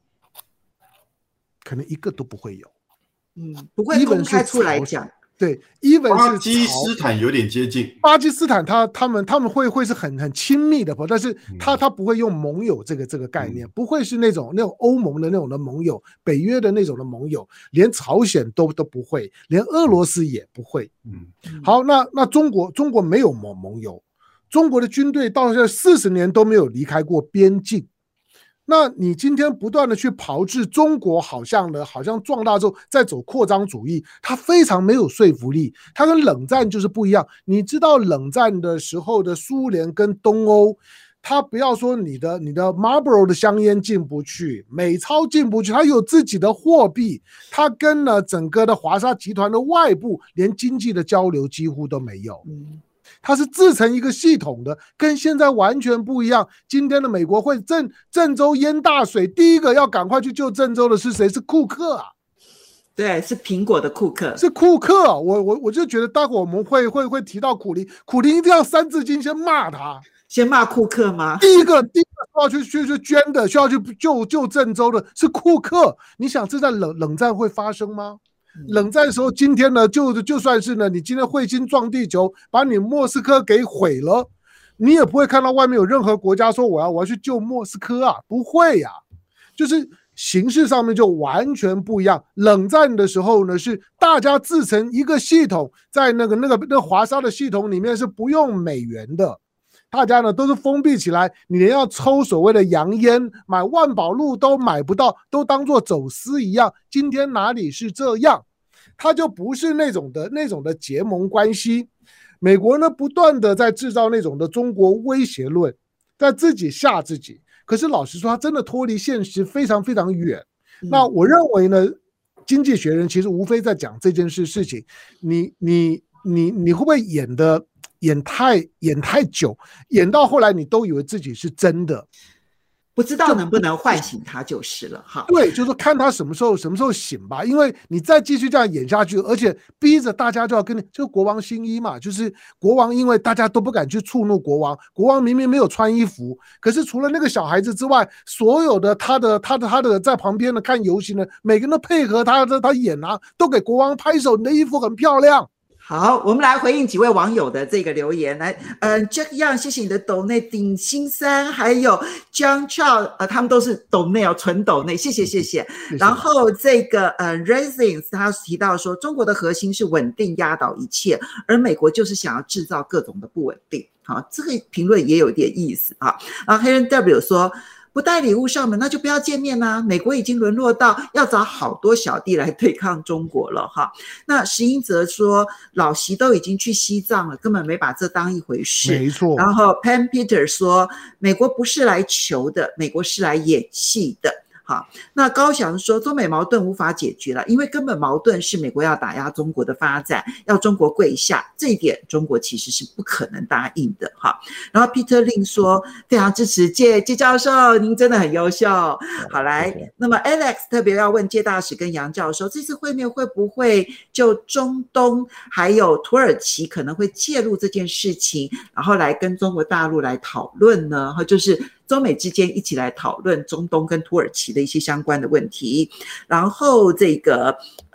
可能一个都不会有， 不会公开出来讲。 对，even 是巴基斯坦有点接近。 巴基斯坦他们会是很亲密的，但是他不会用盟友这个概念，不会是那种欧盟的那种的盟友，北约的那种的盟友，连朝鲜都不会，连俄罗斯也不会。好，那中国没有盟友，中国的军队到现在40年都没有离开过边境。那你今天不断的去炮制中国好像壮大之后再走扩张主义，它非常没有说服力，它跟冷战就是不一样。你知道冷战的时候的苏联跟东欧，它不要说你的 Marlboro 的香烟进不去，美钞进不去，它有自己的货币，它跟了整个的华沙集团的外部连经济的交流几乎都没有。它是自成一个系统的，跟现在完全不一样。今天的美国会郑州淹大水，第一个要赶快去救郑州的是谁？是库克啊。 对，是苹果的库克。 是库克。我就觉得待会我们会提到苦苓一定要3字经先骂他。 先骂库克吗？ 第一个需要去捐的，需要去救郑州的是库克。你想这在冷战会发生吗？冷战的时候，今天呢，就算是呢，你今天彗星撞地球，把你莫斯科给毁了，你也不会看到外面有任何国家说我要去救莫斯科啊，不会呀。就是形式上面就完全不一样。冷战的时候呢，是大家自成一个系统，在那个华沙的系统里面是不用美元的。大家呢都是封闭起来，你连要抽所谓的洋烟，买万宝路都买不到，都当作走私一样。今天哪里是这样？它就不是那种的结盟关系。美国呢不断的在制造那种的中国威胁论，在自己吓自己。可是老实说，它真的脱离现实非常非常远。那我认为呢，经济学人其实无非在讲这件事情，你会不会演太久，演到后来你都以为自己是真的， 不知道能不能唤醒他就是了哈。 对，就是看他什么时候醒吧，因为你再继续这样演下去，而且逼着大家就要跟你，就国王新衣嘛，就是国王，因为大家都不敢去触怒国王，国王明明没有穿衣服，可是除了那个小孩子之外，所有的他的在旁边的看游行的每个人都配合他演啊，都给国王拍手，你的衣服很漂亮。 好，我们来回应几位网友的这个留言。来，Jack Young， 谢谢你的抖内，顶新三，还有 John Chow， 他们都是抖内哦，纯抖内，谢谢。然后这个Raisins 他提到说，中国的核心是稳定压倒一切，而美国就是想要制造各种的不稳定。好，这个评论也有点意思啊。然后黑人 W 说，不带礼物上门，那就不要见面啦。美国已经沦落到要找好多小弟来对抗中国了哈。那石英则说，老习都已经去西藏了，根本没把这当一回事。 没错。 然后 Pan Peter 说，美国不是来求的，美国是来演戏的。好，那高翔说，中美矛盾无法解决了，因为根本矛盾是美国要打压中国的发展，要中国跪下，这一点中国其实是不可能答应的哈。然后 Peter Lin 说，非常支持介教授，您真的很优秀。好，来，那么 Alex 特别要问介大使跟杨教授，这次会面会不会就中东还有土耳其可能会介入这件事情，然后来跟中国大陆来讨论呢？就是中美之间一起来讨论中东跟土耳其的一些相关的问题。然后这个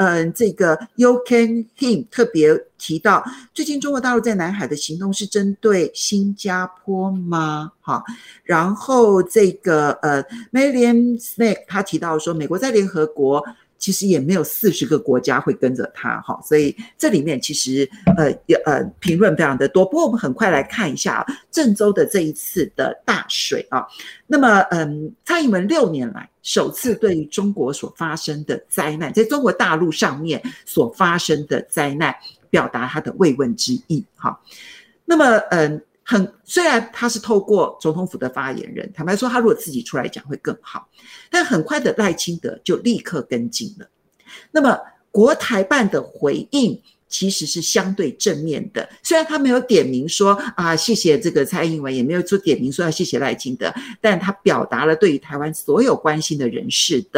You Can Him 特别提到，最近中国大陆在南海的行动是针对新加坡吗？好，然后这个Marian Snake 他提到说，美国在联合国其实也没有40个国家会跟着他，所以这里面其实评论非常的多。不过我们很快来看一下郑州的这一次的大水啊。那么蔡英文6年来首次对于中国所发生的灾难，在中国大陆上面所发生的灾难表达他的慰问之意。好，那么虽然他是透过总统府的发言人，坦白说他如果自己出来讲会更好，但很快的赖清德就立刻跟进了。那么国台办的回应其实是相对正面的，虽然他没有点名说谢谢这个蔡英文，也没有说点名说要谢谢赖清德，但他表达了对于台湾所有关心的人士的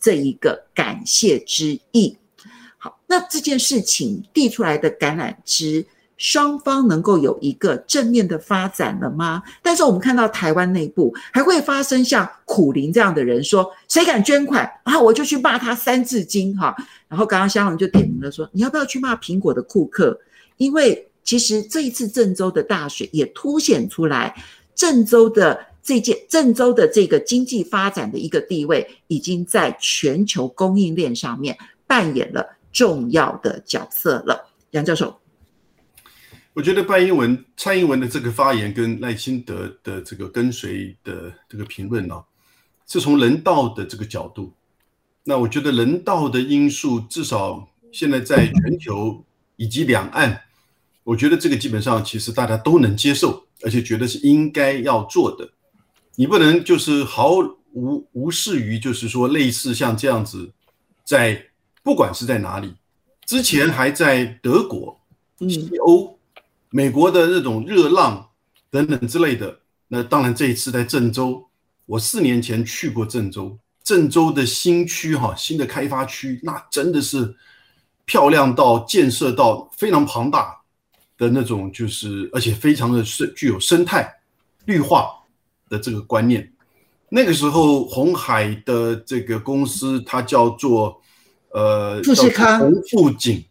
这一个感谢之意。好，那这件事情递出来的橄榄枝，双方能够有一个正面的发展了吗？但是我们看到台湾内部还会发生像苦苓这样的人说，谁敢捐款啊，我就去骂他三字经哈。然后刚刚香龙就点名了说，你要不要去骂苹果的库克？因为其实这一次郑州的大水也凸显出来，郑州的这个经济发展的一个地位，已经在全球供应链上面扮演了重要的角色了。杨教授， 我觉得蔡英文的这个发言跟赖清德的这个跟随的这个评论呢，是从人道的这个角度。那我觉得人道的因素，至少现在在全球以及两岸，我觉得这个基本上其实大家都能接受，而且觉得是应该要做的。你不能就是无视于，就是说类似像这样子，在不管是在哪里，之前还在德国、西欧、美国的那种热浪等等之类的。那当然这一次在郑州，我4年前去过郑州的新区新的开发区，那真的是漂亮到建设到非常庞大的那种，就是而且非常的具有生态绿化的这个观念。那个时候鸿海的这个公司它叫做富士康、 鸿富锦。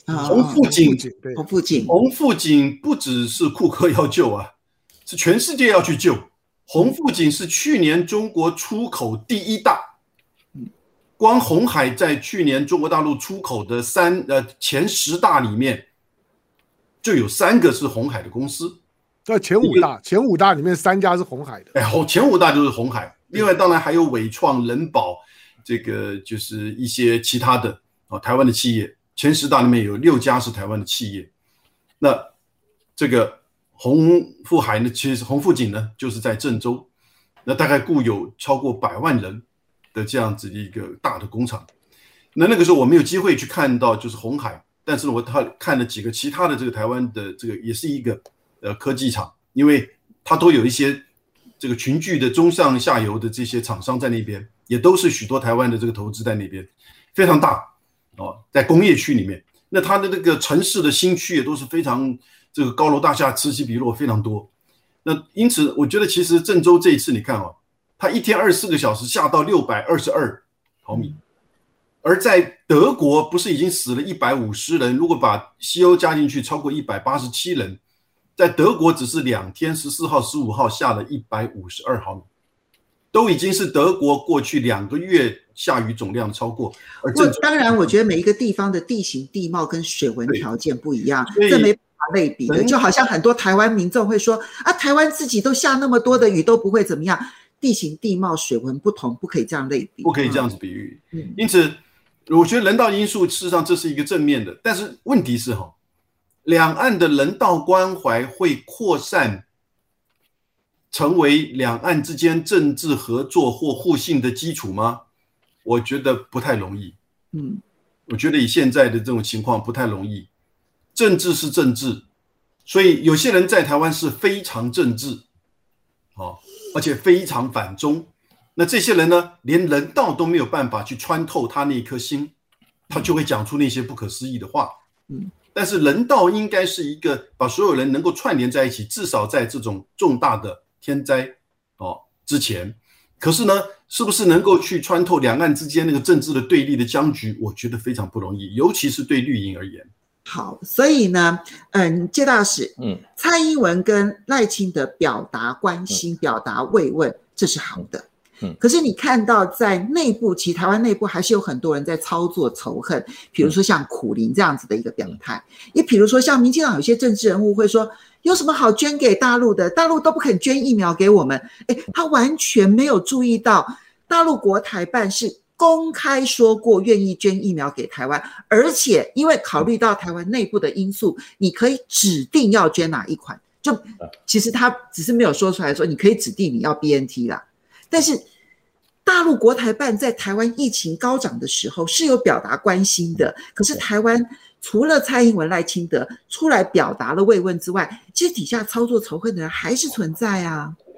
鸿富锦不只是库克要救啊，是全世界要去救。鸿富锦是去年中国出口第1大，光鸿海在去年中国大陆出口的前10大里面，就有3个是鸿海的公司。 前5大里面3家是鸿海的。 前5大就是鸿海，另外当然还有伟创、人保，这个就是一些其他的台湾的企业。前10大里面有6家是台湾的企业。那这个鸿富海呢，其实鸿富锦呢，就是在郑州，那大概雇有超过100万人的这样子一个大的工厂。那个时候我没有机会去看到就是鸿海，但是我看了几个其他的这个台湾的这个也是一个科技厂，因为它都有一些这个群聚的中上下游的这些厂商在那边，也都是许多台湾的这个投资在那边，非常大在工业区里面。那它的那个城市的新区也都是非常这个高楼大厦此起彼落，非常多。那因此我觉得其实郑州这一次你看它1天24个小时下到622毫米，而在德国不是已经死了150人，如果把西欧加进去超过187人，在德国只是2天14号15号下了152毫米，都已经是德国过去2个月下雨总量超过。 当然我觉得每一个地方的地形地貌跟水文条件不一样，这没办法类比的。就好像很多台湾民众会说台湾自己都下那么多的雨都不会怎么样，地形地貌水文不同，不可以这样类比， 不可以这样子比喻。因此我觉得人道因素事实上这是一个正面的，但是问题是两岸的人道关怀会扩散成为两岸之间政治合作或互信的基础吗？我觉得不太容易。我觉得以现在的这种情况不太容易。政治是政治，所以有些人在台湾是非常政治而且非常反中。那这些人呢，连人道都没有办法去穿透他那一颗心，他就会讲出那些不可思议的话。但是人道应该是一个把所有人能够串联在一起，至少在这种重大的天灾之前。可是呢，是不是能够去穿透两岸之间那个政治的对立的僵局，我觉得非常不容易，尤其是对绿营而言。 好，所以呢介大使，蔡英文跟赖清德表达关心，表达慰问，这是好的。可是你看到在内部，其实台湾内部还是有很多人在操作仇恨，比如说像苦苓这样子的一个表态，也比如说像民进党有些政治人物会说，有什么好捐给大陆的，大陆都不肯捐疫苗给我们。他完全没有注意到大陆国台办是公开说过愿意捐疫苗给台湾，而且因为考虑到台湾内部的因素，你可以指定要捐哪一款，就其实他只是没有说出来说你可以指定你要 BNT 啦。但是大陆国台办在台湾疫情高涨的时候是有表达关心的，可是台湾除了蔡英文赖清德出来表达了慰问之外，其实底下操作仇恨的人还是存在啊。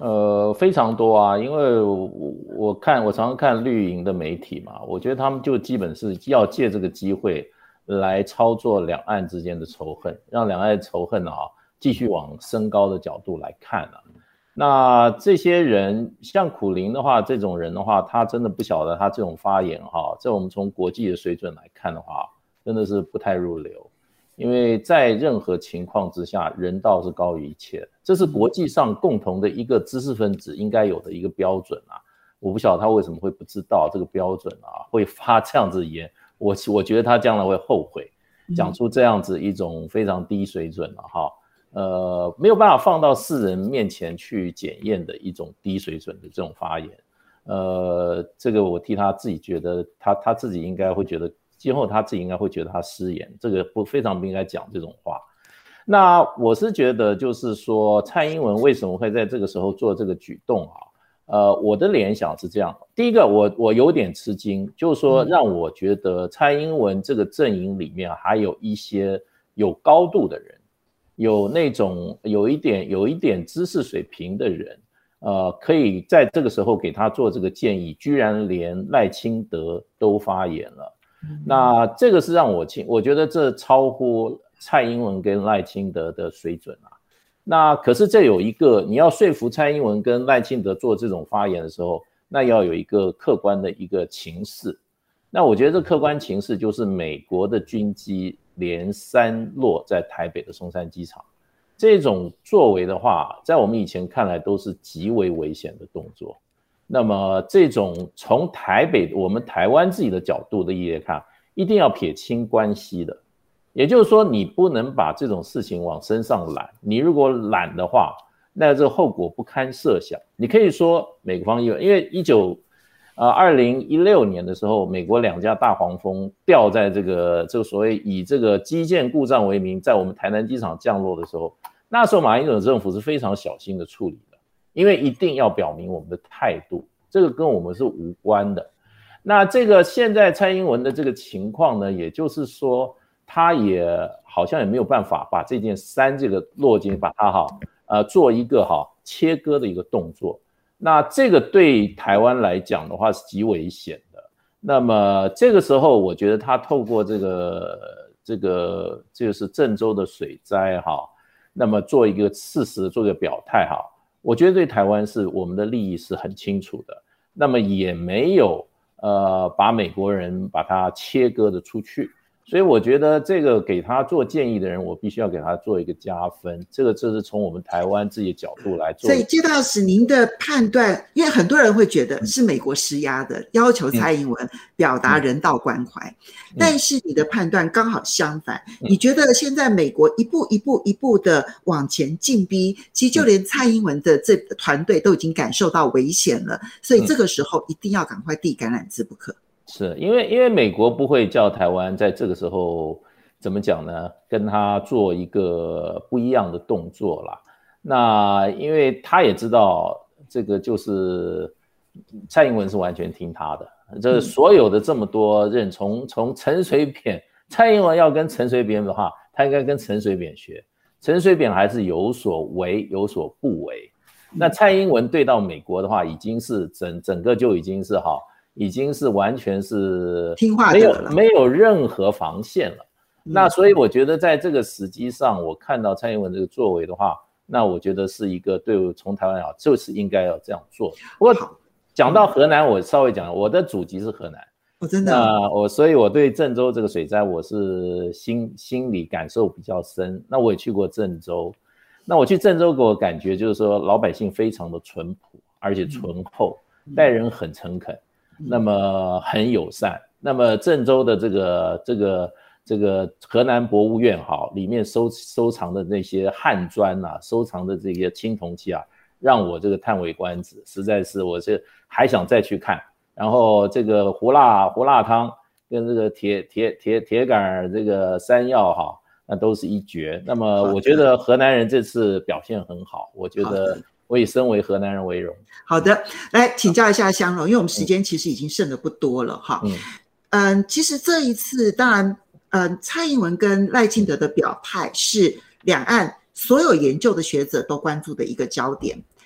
非常多啊，因为我常常看绿营的媒体嘛，我觉得他们就基本是要借这个机会来操作两岸之间的仇恨，让两岸的仇恨继续往升高的角度来看啊。那这些人像苦苓的话，这种人的话，他真的不晓得他这种发言在我们从国际的水准来看的话，真的是不太入流。因为在任何情况之下，人道是高于一切的，这是国际上共同的一个知识分子应该有的一个标准啊。我不晓得他为什么会不知道这个标准啊，会发这样子言。我觉得他将来会后悔，讲出这样子一种非常低水准没有办法放到世人面前去检验的一种低水准的这种发言。这个我替他自己觉得，他自己应该会觉得。今后他自己应该会觉得他失言，这个非常不应该讲这种话。那我是觉得就是说，蔡英文为什么会在这个时候做这个举动我的联想是这样。第一个，我有点吃惊，就是说让我觉得蔡英文这个阵营里面还有一些有高度的人，有那种有一点知识水平的人，可以在这个时候给他做这个建议，居然连赖清德都发言了。那这个是让我觉得这超乎蔡英文跟赖清德的水准啊。那可是这有一个，你要说服蔡英文跟赖清德做这种发言的时候，那要有一个客观的一个情势。那我觉得这客观情势就是美国的军机连三落在台北的松山机场，这种作为的话，在我们以前看来都是极为危险的动作。那么这种从我们台湾自己的角度的意义来看，一定要撇清关系的，也就是说你不能把这种事情往身上揽，你如果揽的话，那这个后果不堪设想。你可以说美国方因为2016年的时候，美国2架大黄蜂掉在这个所谓以这个基建故障为名，在我们台南机场降落的时候，那时候马英九政府是非常小心的处理的，因为一定要表明我们的态度，这个跟我们是无关的。那这个现在蔡英文的这个情况呢，也就是说他也好像也没有办法把这件这个落金把它做一个切割的一个动作。那这个对台湾来讲的话是极危险的。那么这个时候我觉得他透过这个是郑州的水灾那么做一个事实做一个表态我觉得对台湾是我们的利益是很清楚的，那么也没有把美国人把它切割的出去。所以我觉得这个给他做建议的人，我必须要给他做一个加分。这是从我们台湾自己的角度来做。 所以，介大使，您的判断，因为很多人会觉得是美国施压的，要求蔡英文表达人道关怀，但是你的判断刚好相反。你觉得现在美国一步的往前进逼，其实就连蔡英文的这个团队都已经感受到危险了，所以这个时候一定要赶快递橄榄枝不可。 是因为美国不会叫台湾在这个时候怎么讲呢，跟他做一个不一样的动作啦。那因为他也知道这个就是蔡英文是完全听他的，这所有的这么多人从陈水扁，蔡英文要跟陈水扁的话，他应该跟陈水扁学，陈水扁还是有所为有所不为。那蔡英文对到美国的话，已经是整个就已经是完全是听话的了， 没有任何防线了。那所以我觉得在这个时机上，我看到蔡英文这个作为的话，那我觉得是一个对我从台湾来讲就是应该要这样做。不过讲到河南，我稍微讲，我的祖籍是河南， 真的， 所以我对郑州这个水灾我是心里感受比较深。那我也去过郑州，那我去郑州给我感觉就是说老百姓非常的淳朴，而且淳厚，待人很诚恳。那么很友善。那么郑州的这个河南博物院里面收藏的那些汉砖收藏的这些青铜器让我这个叹为观止，实在是我这还想再去看。然后这个胡辣汤跟这个铁杆这个山药那都是一绝。那么我觉得河南人这次表现很好，我觉得我以身为河南人为荣。 好的，来请教一下香蓉，因为我们时间其实已经剩的不多了其实这一次当然蔡英文跟赖清德的表态是两岸所有研究的学者都关注的一个焦点。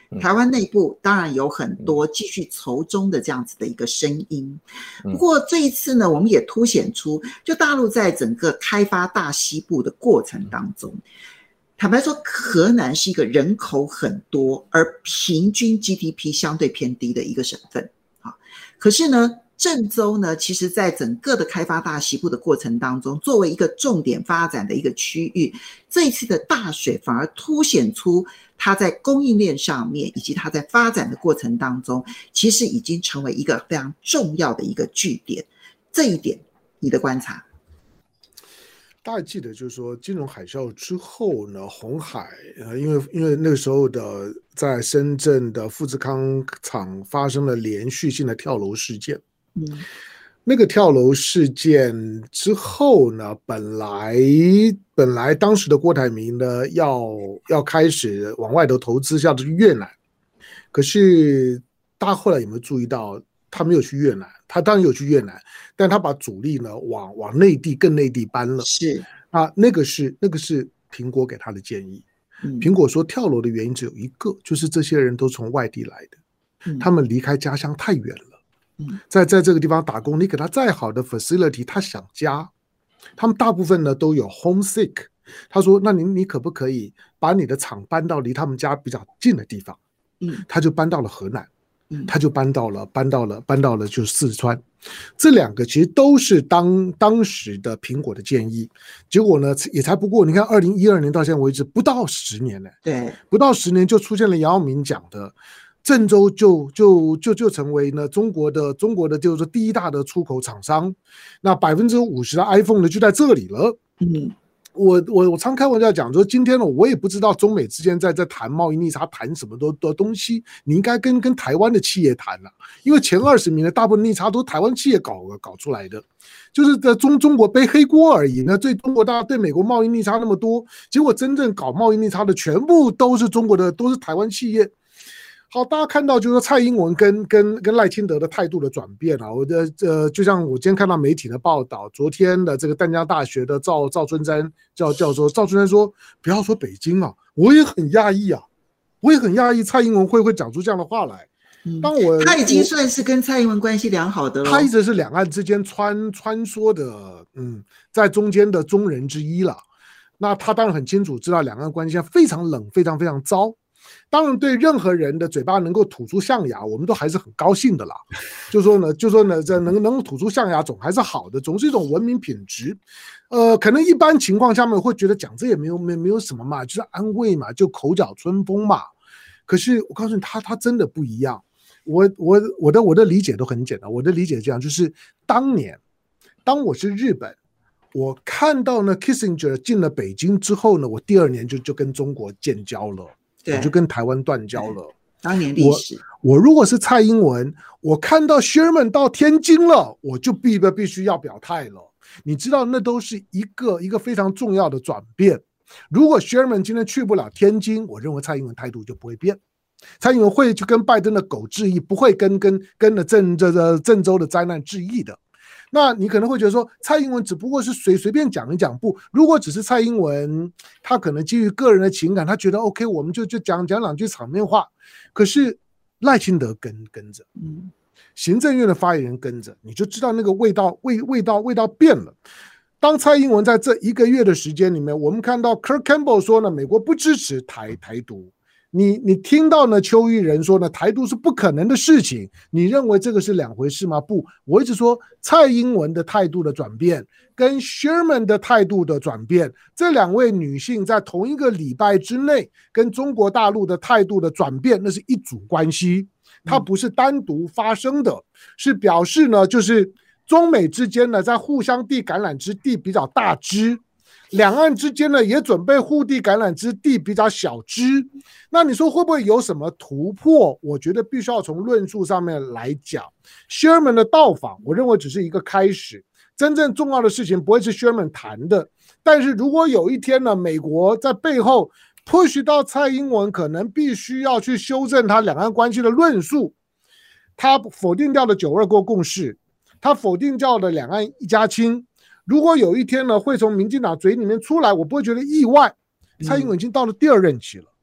台湾内部当然有很多继续筹中的这样子的一个声音。不过这一次呢，我们也凸显出，就大陆在整个开发大西部的过程当中，坦白说，河南是一个人口很多而平均 GDP 相对偏低的一个省份。可是呢，郑州呢，其实在整个的开发大西部的过程当中，作为一个重点发展的一个区域，这一次的大水反而凸显出它在供应链上面以及它在发展的过程当中，其实已经成为一个非常重要的一个据点。这一点你的观察？ 大家记得就是说金融海啸之后呢，鸿海因为那个时候的在深圳的富士康厂发生了连续性的跳楼事件。那个跳楼事件之后呢，本来当时的郭台铭呢要开始往外头投资，像是越南，可是大家后来有没有注意到，他没有去越南？他当然有去越南，但他把主力呢往内地更内地搬了。 是啊，那个是苹果给他的建议。苹果说跳楼的原因只有一个，就是这些人都从外地来的，他们离开家乡太远了。在这个地方打工，你给他再好的 facility， 他想家。他们大部分呢都有 homesick。他说：“那你可不可以把你的厂搬到离他们家比较近的地方？”他就搬到了河南，他就搬到了就是四川。这两个其实都是当时的苹果的建议。结果呢，也才不过你看2012年到现在为止不到10年呢， 对，不到10年就出现了姚明讲的。郑州就成为呢中国的就是第一大的出口厂商，那50%的 iPhone 呢就在这里了。我常开玩笑讲说，今天呢我也不知道中美之间在谈贸易逆差谈什么的东西，你应该跟台湾的企业谈了，因为前20名的大部分逆差都是台湾企业搞出来的，就是在中国背黑锅而已。那中国大家对美国贸易逆差那么多，结果真正搞贸易逆差的全部都是中国的，都是台湾企业。好，大家看到就是说蔡英文跟赖清德的态度的转变啊，就像我今天看到媒体的报道，昨天的这个淡江大学的赵春山教授，赵春山说，不要说北京啊，我也很讶异蔡英文会讲出这样的话来。 他已经算是跟蔡英文关系良好的了， 他一直是两岸之间穿梭的，在中间的中人之一了。那他当然很清楚知道两岸关系现在非常冷，非常非常糟。当然，对任何人的嘴巴能够吐出象牙，我们都还是很高兴的啦。就说呢，这能吐出象牙总还是好的，总是一种文明品质。可能一般情况下面会觉得讲这也没有什么嘛，就是安慰嘛，就口角春风嘛。可是我告诉你，他真的不一样。我的理解都很简单，我的理解这样，就是当年当我是日本，我看到呢 Kissinger 进了北京之后呢，我第2年就跟中国建交了。我就跟台湾断交了。 当年历史， 我如果是蔡英文，我看到 Sherman 到天津了，我就必须要表态了。你知道，那都是一个非常重要的转变。如果 Sherman 今天去不了天津，我认为蔡英文态度就不会变。蔡英文会去跟拜登的狗致意，不会跟了郑州的灾难致意的。那你可能会觉得说，蔡英文只不过是随便讲一讲，不，如果只是蔡英文，他可能基于个人的情感，他觉得 OK， 我们就讲2句场面话。可是赖清德跟着，行政院的发言人跟着，你就知道那个味道变了。当蔡英文在这1个月的时间里面，我们看到 Kirk Campbell 说呢，美国不支持台独。你听到呢邱毅人说呢，台独是不可能的事情，你认为这个是2回事吗？不，我一直说蔡英文的态度的转变跟 Sherman 的态度的转变，这2位女性在同一个礼拜之内跟中国大陆的态度的转变，那是一组关系，它不是单独发生的，是表示呢，就是中美之间呢在互相递橄榄枝，地比较大枝，两岸之间呢也准备互递橄榄枝，地比较小枝。那你说会不会有什么突破？我觉得必须要从论述上面来讲。Sherman 的到访，我认为只是一个开始，真正重要的事情不会是 Sherman 谈的。但是如果有一天呢，美国在背后 push 到蔡英文，可能必须要去修正他两岸关系的论述，他否定掉了9·2共识，他否定掉了两岸一家亲。如果有一天呢，会从民进党嘴里面出来，我不会觉得意外。蔡英文已经到了第2任期了，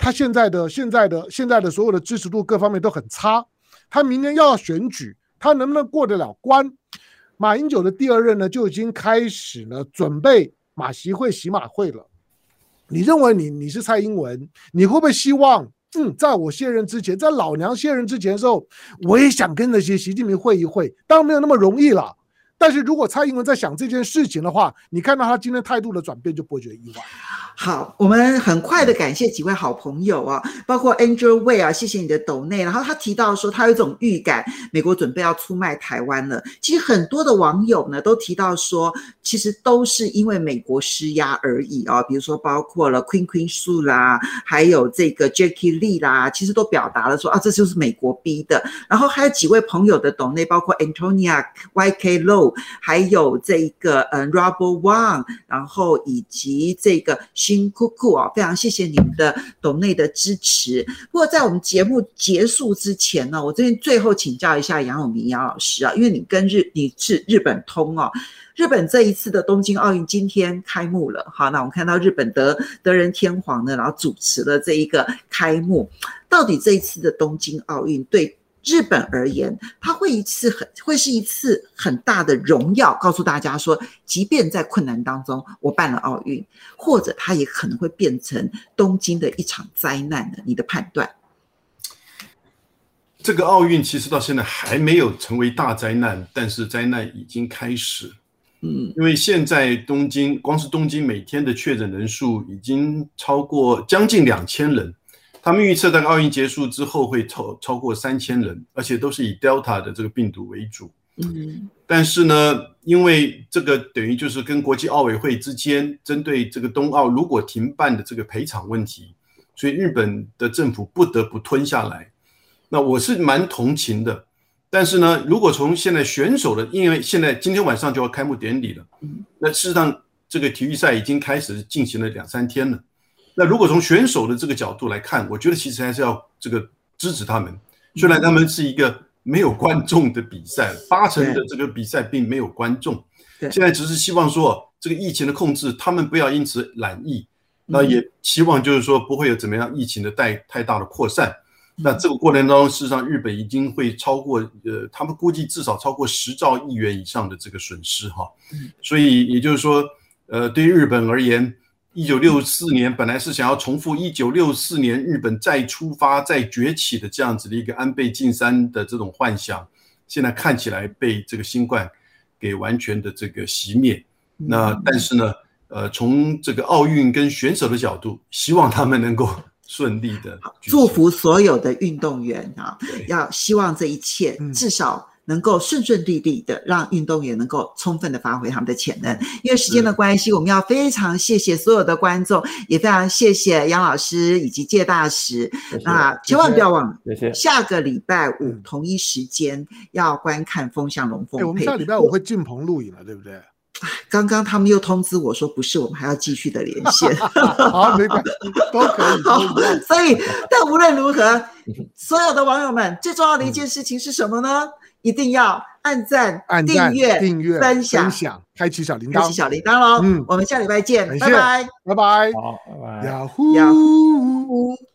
他现在的所有的支持度各方面都很差，他明年要选举，他能不能过得了关？马英九的第二任呢，就已经开始呢准备马习会洗马会了。你认为你是蔡英文，你会不会希望在我卸任之前，在老娘卸任之前的时候，我也想跟着习近平会一会？当然没有那么容易了。但是如果蔡英文在想这件事情的话，你看到他今天态度的转变，就不会觉得意外。 好，我们很快的感谢几位好朋友啊，包括 Angel Way 啊，谢谢你的抖内。然后他提到说，他有一种预感，美国准备要出卖台湾了。其实很多的网友呢都提到说，其实都是因为美国施压而已啊。比如说包括了 Queen Sue 啦，还有这个 Jackie Lee 啦，其实都表达了说啊，这就是美国逼的。然后还有几位朋友的抖内，包括 Antonia YK Low， 还有这个Robert Wang， 然后以及这个辛酷酷啊，非常谢谢你们的抖内的支持。不过在我们节目结束之前呢，我这边最后请教一下杨永明杨老师啊，因为你是日本通哦。日本这一次的东京奥运今天开幕了，好，那我们看到日本德仁天皇呢，然后主持了这一个开幕。到底这一次的东京奥运对日本而言，它会是一次很大的荣耀，告诉大家说，即便在困难当中，我办了奥运，或者它也可能会变成东京的一场灾难呢？你的判断？ 这个奥运其实到现在还没有成为大灾难，但是灾难已经开始。因为现在光是东京每天的确诊人数已经超过将近2000人。他们预测在奥运结束之后会超过3000人，而且都是以 Delta 的这个病毒为主。但是呢，因为这个等于就是跟国际奥委会之间针对这个冬奥如果停办的这个赔偿问题，所以日本的政府不得不吞下来。那我是蛮同情的。但是呢，如果从现在选手的，因为现在今天晚上就要开幕典礼了，那事实上这个体育赛已经开始进行了2-3天了。那如果从选手的这个角度来看，我觉得其实还是要这个支持他们。虽然他们是一个没有观众的比赛，80%的这个比赛并没有观众，现在只是希望说这个疫情的控制，他们不要因此染疫，那也希望就是说不会有怎么样疫情的太大的扩散。那这个过程当中，事实上日本已经会超过他们估计至少超过10兆亿元以上的这个损失哈。所以也就是说，对于日本而言，1964年本来是想要重复1964年日本再出发再崛起的这样子的一个安倍晋三的这种幻想，现在看起来被这个新冠给完全的这个熄灭。那但是呢，从这个奥运跟选手的角度，希望他们能够顺利的祝福所有的运动员啊，要希望这一切至少能够顺顺利利的让运动员能够充分的发挥他们的潜能。因为时间的关系，我们要非常谢谢所有的观众，也非常谢谢杨老师以及介大使。那千万不要忘了，下个礼拜5同一时间要观看风向龙凤配。 我们下礼拜5会进棚录影了，对不对？ 刚刚他们又通知我说不是，我们还要继续的连线。 好，没关系，都可以。 好，所以但无论如何，所有的网友们最重要的一件事情是什么呢？一定要按赞、订阅、分享、 开启小铃铛咯。我们下礼拜见，拜拜， 拜拜， 好，拜拜， Yahoo。